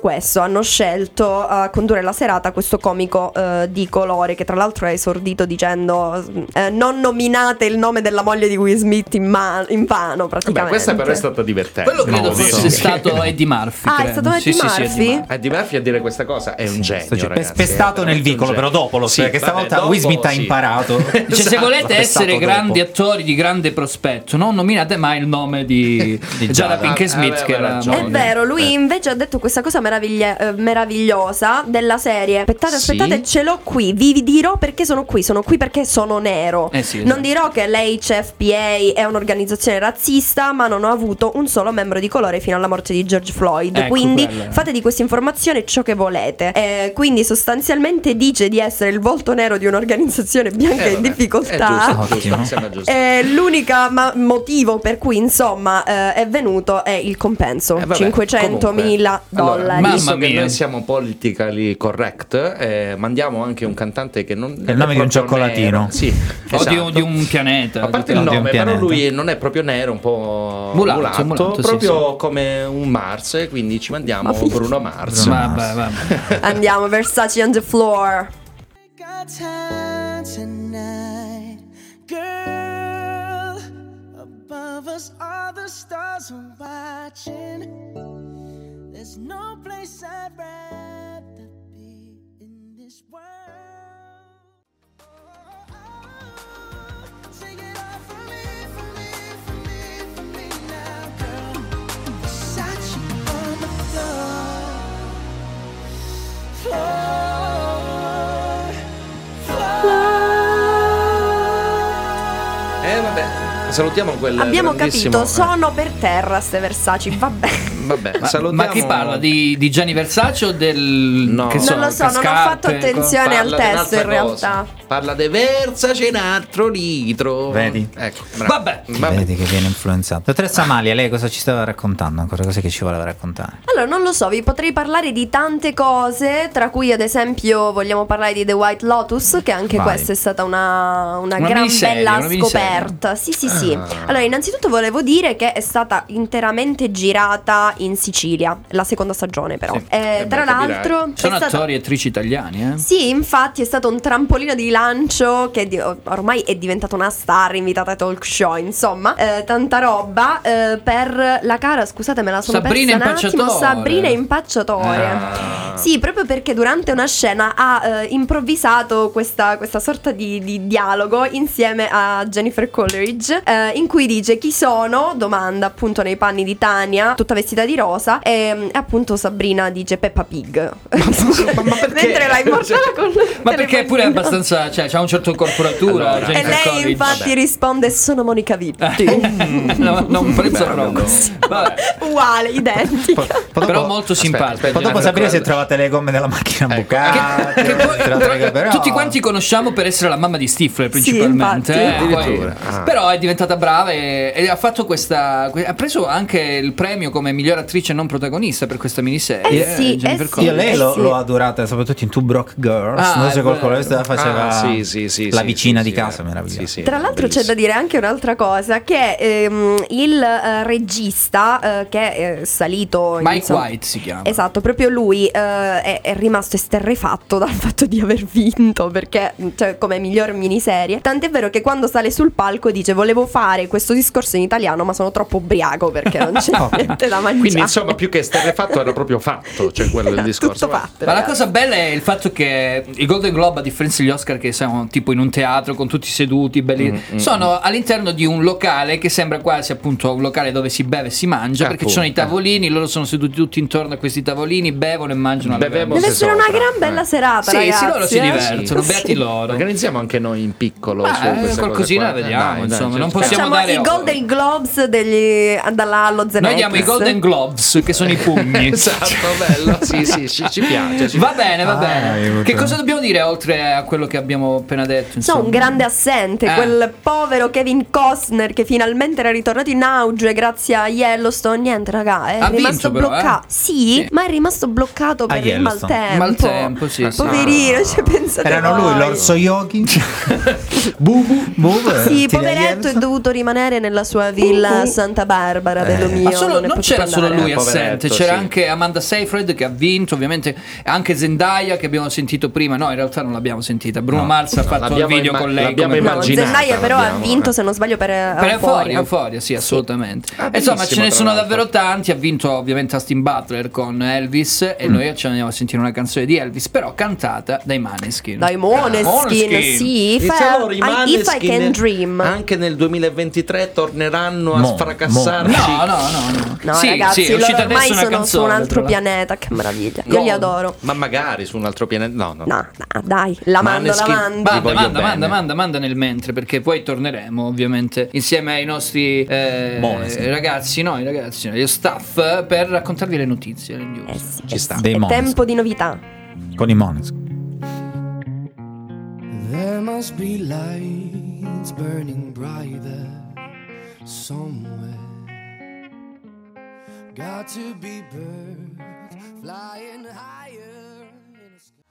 questo hanno scelto a condurre la serata questo comico eh, di colore, che tra l'altro è esordito dicendo eh, non nominate il nome della moglie di Will Smith in, ma- in vano praticamente. Beh, questa però è stata divertente. Quello credo no, fosse sì. stato Eddie Murphy. Ah, credo. è stato Eddie sì, Murphy? Sì, sì, Eddie Murphy. Eddie Murphy a dire questa cosa è un genio, Cioè, ragazzi, pestato è nel vicolo, però dopo lo so, sì, perché vabbè, stavolta dopo, Will Smith ha sì. imparato. Cioè, se Esatto, volete l'ha essere pestato grandi dopo. attori di grande prospetto, non nominate mai il nome di, di Jada Pinkett Smith, Ah, che aveva era ragione. È vero, lui invece ha detto questa cosa meraviglia- eh, meravigliosa della serie. Aspettate, Sì. aspettate, ce l'ho qui. Vi dirò perché sono qui. Sono qui perché sono nero. Eh sì, esatto. Non dirò che l'H F P A è un'organizzazione razzista, ma non ho avuto un solo membro di colore fino alla morte di George Floyd. Ecco, quindi quella. fate di questa informazione ciò che volete. Eh, quindi sostanzialmente dice di essere il volto nero di un'organizzazione bianca Eh, in vabbè, difficoltà. è giusto, giusto, Ottimo. mi sembra giusto. Eh, l'unica ma- motivo per cui insomma eh, è venuto è il compenso, Eh, vabbè, cinquecentomila comunque. dollari. Allora, visto Mamma che mia. noi siamo politically correct, eh, mandiamo anche un cantante che non È il nome di un proprio cioccolatino. nero. Sì, O di, esatto. un- di un pianeta. A parte il di un nome, però pianeta. lui non è proprio nero, un po' Mulatto, mulatto, mulatto, sì, proprio come un Mars, quindi ci mandiamo Bruno Mars. Vabbè, vabbè. Andiamo, Versace on the floor. Got time tonight, girl. Above us, all the stars are watching. There's no place I'd rather be in this world. Oh, oh, take it off for me, for me, for me, for me now, girl. Versace on the floor, floor. Eh vabbè, salutiamo quel Abbiamo grandissimo- capito, sono per terra ste Versace, vabbè. Vabbè, Ma, salutiamo. ma chi parla? Di, di Gianni Versace o del... No. che Non lo so, non ho fatto scarpe, attenzione al Parla di testo in un'altra cosa. realtà. Parla di Versace un altro litro. Vedi? Ecco, bravo. Vabbè. Vabbè. Vedi che viene influenzato. Dottoressa Amalia, lei cosa ci stava raccontando ancora? Cos'è che ci voleva raccontare? Allora, non lo so, vi potrei parlare di tante cose, tra cui ad esempio vogliamo parlare di The White Lotus, che anche Vai. questa è stata una, una, Una gran miniserie, bella una miniserie. scoperta. Sì, sì, sì. Ah. Allora, innanzitutto volevo dire che è stata interamente girata in Sicilia, la seconda stagione però. Sì. Eh, Eh beh, tra capirai. l'altro... è Sono stata- attori e attrici italiani, eh? Sì, infatti è stato un trampolino di lancio che di- ormai è diventata una star invitata ai talk show, insomma, eh, tanta roba eh, per la cara, scusate, me la sono Sabrina persa un attimo, Impacciatore. Sabrina Impacciatore. Ah. Sì, proprio perché durante una scena ha eh, improvvisato questa, questa sorta di, di dialogo insieme a Jennifer Coolidge, eh, in cui dice chi sono, domanda appunto nei panni di Tania, tutta vestita di rosa, e mm, appunto Sabrina dice Peppa Pig. Ma, ma perché? Mentre la immortala con Ma perché pure è abbastanza, cioè c'ha un certo corporatura, Allora. E Jennifer lei Coolidge. infatti Vabbè. risponde sono Monica Vitti. no, non penso Bello. proprio. Vabbè. Uguale, identica. Poi Però dopo, molto aspetta, simpatica. aspetta. poi dopo Jennifer sapere se Coolidge. trovate le gomme della macchina Ecco. bucate. Che poi, trovate le- però- tutti quanti conosciamo per essere la mamma di Stifler principalmente, infatti. eh, poi- Addirittura. Ah. però è diventata brava e, e ha fatto questa que- ha preso anche il premio come miglior attrice non protagonista per questa miniserie. Eh sì, Jennifer eh sì. Coolidge. Io lei Eh l'ho, sì. l'ho adorata soprattutto in Two Broke Girls. Ah, non so se è qualcuno vero. la faceva Ah, sì, sì, sì, la sì, vicina sì, di sì, casa, eh. meravigliosa. Sì, sì. Tra l'altro c'è da Bellissimo. dire anche un'altra cosa, che ehm, il eh, regista eh, che è salito Mike insomma- White si chiama. Esatto, proprio lui eh, è, è rimasto esterrefatto dal fatto di aver vinto, perché cioè, come miglior miniserie. Tant'è vero che quando sale sul palco dice volevo fare questo discorso in italiano ma sono troppo ubriaco perché non c'è niente da mangiare. Quindi insomma più che esterrefatto era proprio fatto, cioè quello è il discorso. Tutto fatto. Ma la cosa bella è il fatto che i Golden Globe, a differenza degli Oscar che sono tipo in un teatro con tutti seduti, belli, Mm, mm, sono all'interno di un locale che sembra quasi appunto un locale dove si beve e si mangia, Eh, perché ci sono i appunto. tavolini, loro sono seduti tutti intorno a questi tavolini, bevono e mangiano alla Bevemo Deve se essere una sopra. gran bella Eh. serata, Sì, ragazzi. sì, loro si eh. divertono, Sì. beati loro. Organizziamo anche noi in piccolo Ma, su eh, queste qualcosina cose qua. vediamo, Dai, insomma, dai, non cioè, possiamo Facciamo dare- i Golden Globes degli, dalla Allo Zemeckis. Noi diamo i Golden Globes, che sono i pugni. Esatto, bello. Sì, sì, ci, ci piace. Ci Va bene, va Ah, bene. aiuto. Che cosa dobbiamo dire oltre a quello che abbiamo appena detto? No, Insomma? un grande assente, Eh. quel povero Kevin Costner che finalmente era ritornato in auge grazie a Yellowstone. Niente, raga, è Ha rimasto vinto però, bloccato. eh? Sì, Sì. ma è rimasto bloccato per A il Yellowstone. maltempo. Maltempo, sì, sì. Poverino, cioè, pensate Erano voi. lui, l'orso yogi. Bubu, Bubu. Sì, Tira poveretto, è Yellowstone. dovuto rimanere nella sua villa a Santa Barbara, bello Eh. mio. Ma solo, non, è non potuto c'era andare. solo lui Eh, assente, poveretto, c'era sì. anche Amanda Seyfried che ha vinto, ovviamente anche Zendaya che abbiamo sentito prima, no in realtà non l'abbiamo sentita, Bruno No, Mars ha no, fatto il l'abbiamo video imma- con lei l'abbiamo come No, immaginata, Zendaya però ha l'abbiamo, vinto, eh. se non sbaglio, per per Euphoria. Euphoria, Euphoria, sì, assolutamente. Ah, Insomma, bellissimo, ce ne tra sono l'altro. davvero tanti. Ha vinto ovviamente Austin Butler con Elvis e Mm. noi ci andiamo a sentire una canzone di Elvis, però cantata dai Maneskin. Dai Måneskin, Måneskin. sì. If, E se allora i I, if I can Maneskin dream. anche nel duemilaventitré torneranno a Mo, sfracassarci. No, no, no, no. No, sì, ragazzi, sì, è uscita loro ormai adesso una sono canzone. su un altro tra l'altro. pianeta, che meraviglia. Io li Gold. adoro. Ma magari su un altro pianeta. No, no. No, no, dai, la mando, la Maneskin. mando. Manda, voglio manda, bene. manda, manda, manda nel mentre, perché poi torneremo ovviamente insieme ai nostri eh, Måneskin. ragazzi, no, i ragazzi, no, gli staff per raccontarvi le notizie, le news. Eh sì, Ci sta. Dei è Måneskin. tempo di novità. Con i Måneskin. There must be lights burning brighter somewhere. Got to be birds flying higher in a sky.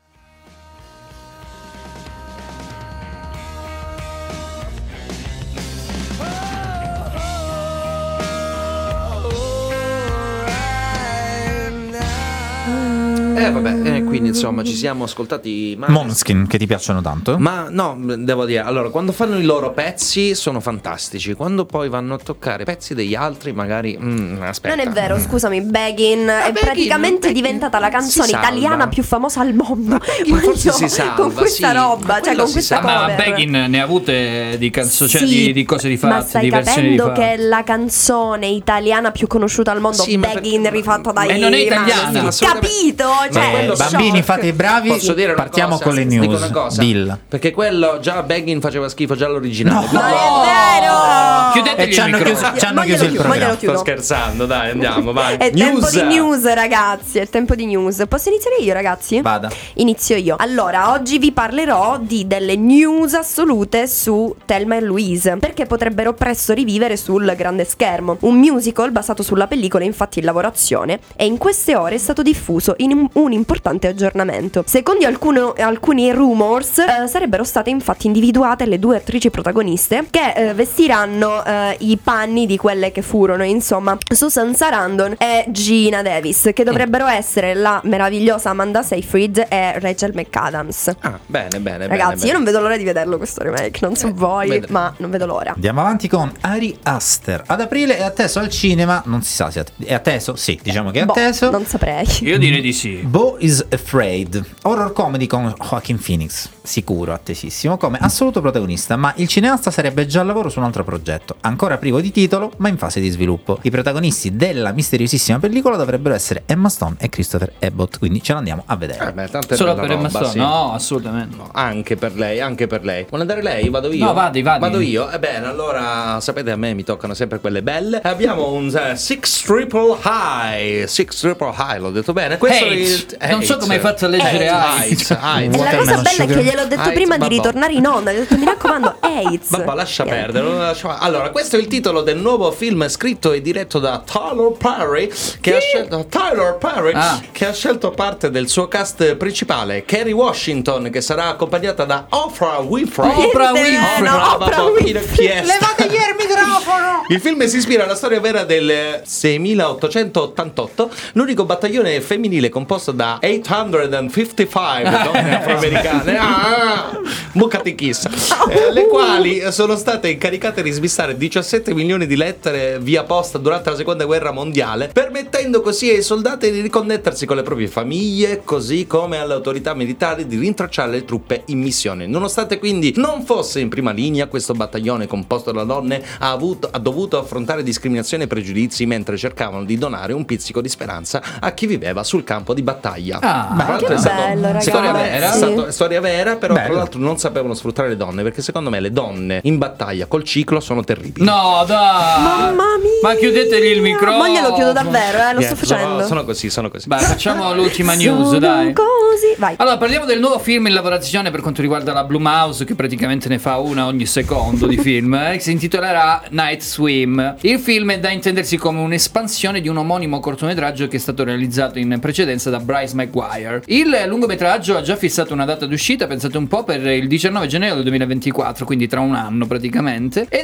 Eh vabbè, eh, quindi insomma ci siamo ascoltati Maneskin. Måneskin, che ti piacciono tanto? Ma no, devo dire, allora, quando fanno i loro pezzi sono fantastici, quando poi vanno a toccare pezzi degli altri magari mm, aspetta. Non è vero, scusami, Begin è Begin, praticamente Begin diventata la canzone si salva. italiana più famosa al mondo. Begin forse si salva, con questa sì, roba, ma cioè quello con si questa salva. Ma cover. Begin ne ha avute di canzoni, cioè Sì, di, di cose rifatte, ma stai di versioni capendo rifatte. che è la canzone italiana più conosciuta al mondo, Sì, ma Begin per- rifatta dai E non è italiana. Maneskin. Capito? Cioè, Eh, shock. bambini, fate i bravi. Posso dire una Partiamo cosa? con le Dico news. una cosa, Dill. perché quello già Begin faceva schifo già l'originale. Non è vero! Chiudetegli E ci il hanno microfono. chiuso, ci hanno Ma chiuso glielo il chiudo, ma programma. glielo chiudo. Sto scherzando, dai, andiamo, vai. È tempo News. di news, ragazzi. È tempo di news. Posso iniziare io, ragazzi? Vada. Inizio io. Allora, oggi vi parlerò di delle news assolute su Thelma e Louise, perché potrebbero presto rivivere sul grande schermo. Un musical basato sulla pellicola, infatti, in lavorazione, e in queste ore è stato diffuso in un, un importante aggiornamento. Secondo alcuno, alcuni rumors, eh, sarebbero state infatti individuate le due attrici protagoniste che eh, vestiranno eh, i panni di quelle che furono, insomma, Susan Sarandon e Gina Davis, che dovrebbero essere la meravigliosa Amanda Seyfried e Rachel McAdams. Ah, bene, bene, Ragazzi, bene, io non vedo l'ora di vederlo questo remake, non so voi, bene. ma non vedo l'ora. Andiamo avanti con Ari Aster. Ad aprile è atteso al cinema. Non si sa se è atteso. Sì, diciamo che è Boh, atteso. non saprei. Io direi di sì. Bo is Afraid, horror comedy con Joaquin Phoenix, sicuro, attesissimo, come assoluto protagonista, ma il cineasta sarebbe già al lavoro su un altro progetto, ancora privo di titolo, ma in fase di sviluppo. I protagonisti della misteriosissima pellicola dovrebbero essere Emma Stone e Christopher Abbott, quindi ce l'andiamo a vedere. Eh beh, tanta Solo bella per Emma roba, Stone? sì. No, assolutamente. No, anche per lei, anche per lei. Vuole andare lei? Vado io? No, vadi, vadi. Vado io? Ebbene, allora, sapete, a me mi toccano sempre quelle belle. Abbiamo un uh, Six Triple High. Six Triple High, l'ho detto bene? Questo Heights. è il- Non so Heights. come hai fatto a leggere Heights. Heights. Heights. E la cosa Watermelon bella è che sugar. gliel'ho detto Heights, prima di vabbè. ritornare in onda. Gli ho detto, mi raccomando, AIDS. Vabbè, lascia Niente. perdere. non lascia- Allora, questo è il titolo del nuovo film scritto e diretto da Tyler Perry, che ha scelto Tyler Perry, Ah. che ha scelto parte del suo cast principale, Kerry Washington, che sarà accompagnata da Oprah Winfrey. Oprah Niente, Winfrey. no, Brava, Oprah proprio chi- Winfrey. chi è sta- Levategli il microfono. Il film si ispira alla storia vera del seimilaottocentottantotto, l'unico battaglione femminile composto da ottocentocinquantacinque donne afroamericane, ah, bucati kiss, eh, le quali sono state incaricate di smistare diciassette milioni di lettere via posta durante la seconda guerra mondiale, permettendo così ai soldati di riconnettersi con le proprie famiglie, così come alle autorità militari di rintracciare le truppe in missione. Nonostante quindi non fosse in prima linea, questo battaglione composto da donne ha, avuto, ha dovuto affrontare discriminazioni e pregiudizi mentre cercavano di donare un pizzico di speranza a chi viveva sul campo di battaglia. Ah, Tra l'altro che è stato- bello, ragazzi. storia vera, è stato- è storia vera, però tra Bello. l'altro non sapevano sfruttare le donne, perché secondo me le donne in battaglia col ciclo sono terribili. No, dai. Mamma mia. Ma chiudetegli il microfono. Ma glielo chiudo davvero, eh, lo Niente, sto facendo. sono, sono così, sono così. Vai, facciamo l'ultima news, Sono dai. così. Vai. Allora, parliamo del nuovo film in lavorazione per quanto riguarda la Blumhouse, che praticamente ne fa una ogni secondo di film, eh, che si intitolerà Night Swim. Il film è da intendersi come un'espansione di un omonimo cortometraggio che è stato realizzato in precedenza da Bryce Maguire. Il lungometraggio ha già fissato una data d'uscita, pensate un po', per il diciannove gennaio del duemilaventiquattro, quindi tra un anno praticamente, ed è stato già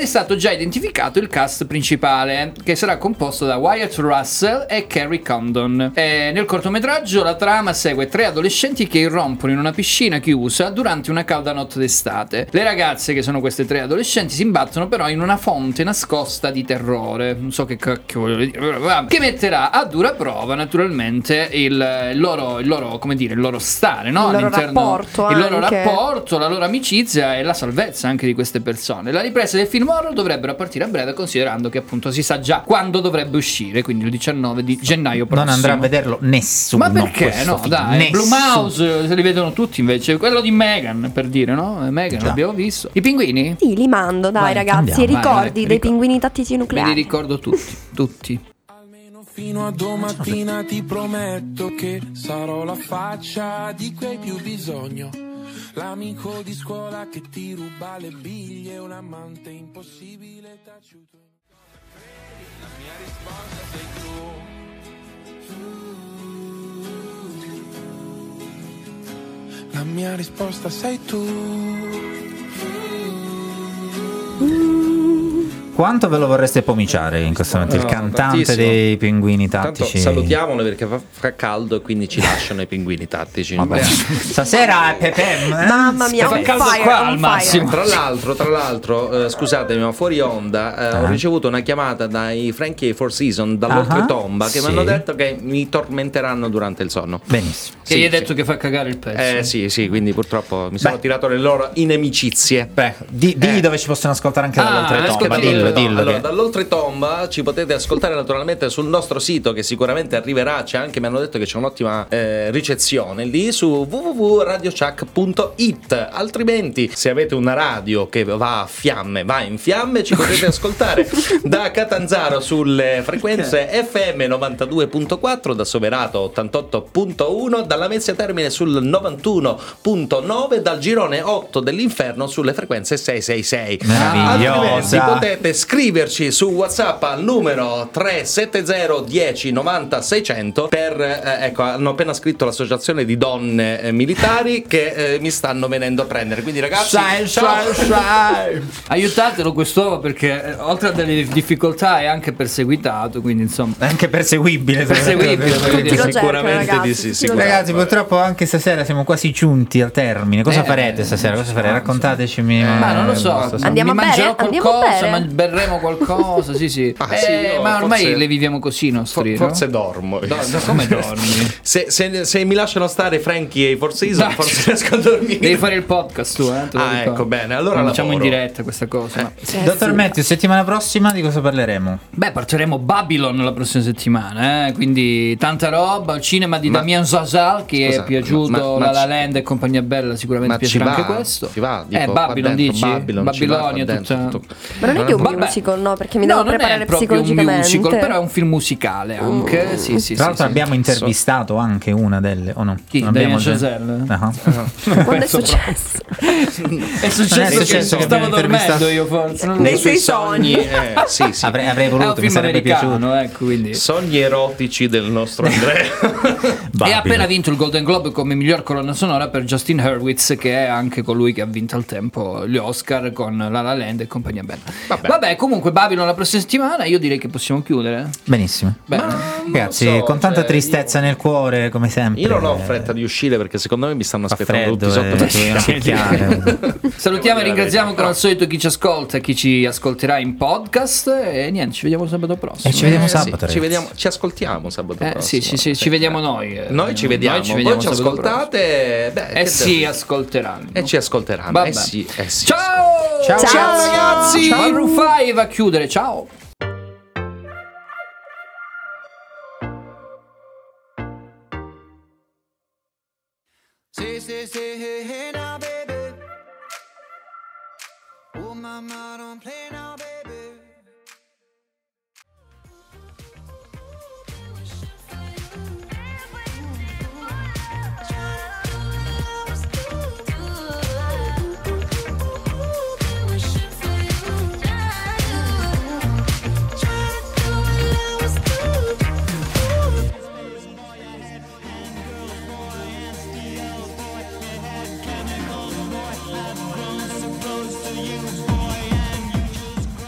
già identificato il cast principale, che sarà composto da Wyatt Russell e Kerry Condon. E nel cortometraggio la trama segue tre adolescenti che irrompono in una piscina chiusa durante una calda notte d'estate. Le ragazze, che sono queste tre adolescenti, si imbattono però in una fonte nascosta di terrore, non so che cacchio voglio dire, che metterà a dura prova naturalmente il loro, il loro come dire, il loro stare, no? Il loro All'interno, rapporto il loro anche. rapporto, la loro amicizia e la salvezza anche di queste persone. La ripresa del film horror dovrebbero partire a breve, considerando che appunto si sa già quando dovrebbe uscire, quindi il diciannove di gennaio prossimo. Non andrà a vederlo nessuno. Ma perché questo no? film. Dai, Nessuno. Blue Mouse se li vedono tutti invece. Quello di Megan, per dire, no? Megan Già. l'abbiamo visto. I pinguini? Sì, li mando, dai Vai, ragazzi, andiamo, i vai, ricordi vai, dei ricor- pinguini tattici Me li nucleari. ricordo tutti, tutti. Fino a domattina ti prometto che sarò la faccia di cui hai più bisogno. L'amico di scuola che ti ruba le biglie, un amante impossibile taciuto. La mia risposta sei tu. La mia risposta sei tu. Quanto ve lo vorreste pomiciare in questo momento? No, il cantante tantissimo. dei pinguini Tanto tattici. salutiamole perché fa, fa caldo e quindi ci lasciano i pinguini tattici. Vabbè. Stasera è Pepem. eh? Mamma mia, Fa on caldo fire, qua on al fire. massimo. Tra l'altro, tra l'altro eh, scusatemi, ma fuori onda eh, ho Ah. ricevuto una chiamata dai Frankie Four Seasons dall'oltretomba che Sì. mi hanno detto che mi tormenteranno durante il sonno. Benissimo. Che Sì, gli hai sì. detto che fa cagare il pezzo. Eh sì, sì, quindi purtroppo mi sono tirato le loro inimicizie. Beh, di, digli dove ci possono ascoltare anche Ah, dall'oltretomba. ascolta, Dillo, No, dillo. allora, che- dall'oltretomba ci potete ascoltare naturalmente sul nostro sito, che sicuramente arriverà. C'è anche, mi hanno detto che c'è un'ottima eh, ricezione lì su w w w punto radio chuck punto i t. Altrimenti, se avete una radio che va a fiamme, va in fiamme, ci potete ascoltare da Catanzaro sulle frequenze F M novantadue punto quattro, da Soverato ottantotto punto uno, da Lamezia Termine sul novantuno punto nove, dal girone otto dell'Inferno sulle frequenze sei sei sei. Meravigliosa. Altrimenti potete scriverci su WhatsApp al numero tre sette zero uno zero novanta seicento per eh, ecco, hanno appena scritto l'associazione di donne eh, militari che eh, mi stanno venendo a prendere. Quindi ragazzi, Sai, ciao. sai, sai. Aiutatelo quest'uomo perché eh, oltre a delle difficoltà è anche perseguitato, quindi insomma È anche perseguibile. Perseguibile, secondo me. Tutti lo Sicuramente cercano, di ragazzi, sì, tutti lo sicuramente. Ragazzi, purtroppo anche stasera siamo quasi giunti al termine. Cosa Eh, farete stasera? Cosa farete? Raccontateci. ma non lo so, Andiamo mi a mangerò bere? Andiamo a qualcosa, bere? ma berremo qualcosa, sì sì. Ah, Eh, sì, io ma ormai forse- le viviamo così i nostri, For- forse no? dormo. No, no, come dormi? Se, se- se mi lasciano stare Frankie e i Four Seasons, Dai. forse riesco a dormire. Devi fare il podcast tu, eh? te lo Ah, ricordo. ecco, bene, allora Lo facciamo in lavoro. diretta questa cosa. ma- Dottor Matthew, settimana prossima di cosa parleremo? Beh, partiremo Babylon la prossima settimana, eh? Quindi tanta roba, il cinema di Ma- Damien Chazelle che Scusa, è piaciuto, ma- ma La La ci- Land e compagnia bella, sicuramente Ma ci piacerà va? anche questo. Ci va, dico, eh, qua Babylon dentro, dici? Babylon, ci va, Babilonia qua dentro, tutta... tutto. Ma non è che un Vabbè. musical, no? Perché mi No, devo non preparare è proprio un psicologicamente. musical, però è un film musicale anche, Mm. sì, sì, Tra sì, l'altro sì. abbiamo intervistato anche una delle, o no? Chi? Non abbiamo Damien già- Chazelle? Ah. Quando è successo? È successo, Non è che successo che stavo abbiamo dormendo intervistato- io forse. Non lo Nei so. suoi sogni. Eh, sì, sì. Avrei, avrei È un voluto, mi film sarebbe piaciuto. americano, ecco, quindi. Sogni erotici del nostro Andrea. E ha appena vinto il Golden Globe come miglior colonna sonora per Justin Hurwitz, che è anche colui che ha vinto al tempo gli Oscar con La La Land e compagnia bella. Vabbè. Vabbè, comunque Babylon la prossima settimana, io direi che possiamo chiudere. Benissimo. Bene. Ragazzi, so, con tanta cioè, tristezza nel cuore, come sempre. Io non ho fretta di uscire perché secondo me mi stanno Fa aspettando tutti freddo, sotto eh, la dobbiamo picchiare. Salutiamo e ringraziamo come al solito chi ci ascolta e chi ci ascolterà in podcast. E niente, ci vediamo sabato prossimo. E ci vediamo Eh, sabato, sì, ragazzi. ci, vediamo, ci ascoltiamo sabato Eh, prossimo. sì, sì, sì, ci vediamo noi. eh. Noi ci vediamo, Noi ci voi vediamo ci sabato ascoltate beh, prossimo. Eh che sì, devo- ascolteranno. e ci ascolteranno. Vabbè. Eh sì, eh sì. Ciao! Ciao. Ciao ragazzi! Ciao. Maroon cinque va a chiudere, ciao! Say, say, say, hey, hey now, baby. Oh, mama, don't play now, baby.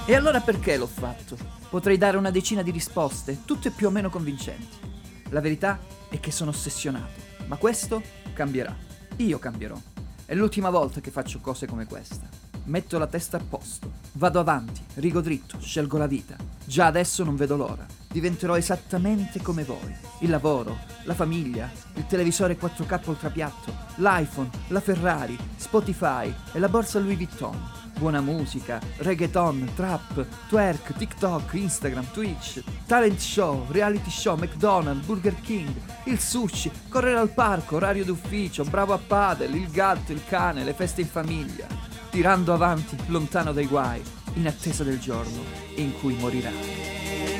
E allora perché l'ho fatto? Potrei dare una decina di risposte, tutte più o meno convincenti. La verità è che sono ossessionato, ma questo cambierà. Io cambierò. È l'ultima volta che faccio cose come questa. Metto la testa a posto, vado avanti, rigo dritto, scelgo la vita. Già adesso non vedo l'ora. Diventerò esattamente come voi. Il lavoro, la famiglia, il televisore quattro K ultrapiatto, l'iPhone, la Ferrari, Spotify e la borsa Louis Vuitton. Buona musica, reggaeton, trap, twerk, TikTok, Instagram, Twitch, talent show, reality show, McDonald's, Burger King, il sushi, correre al parco, orario d'ufficio, bravo a padel, il gatto, il cane, le feste in famiglia. Tirando avanti, lontano dai guai, in attesa del giorno in cui morirai.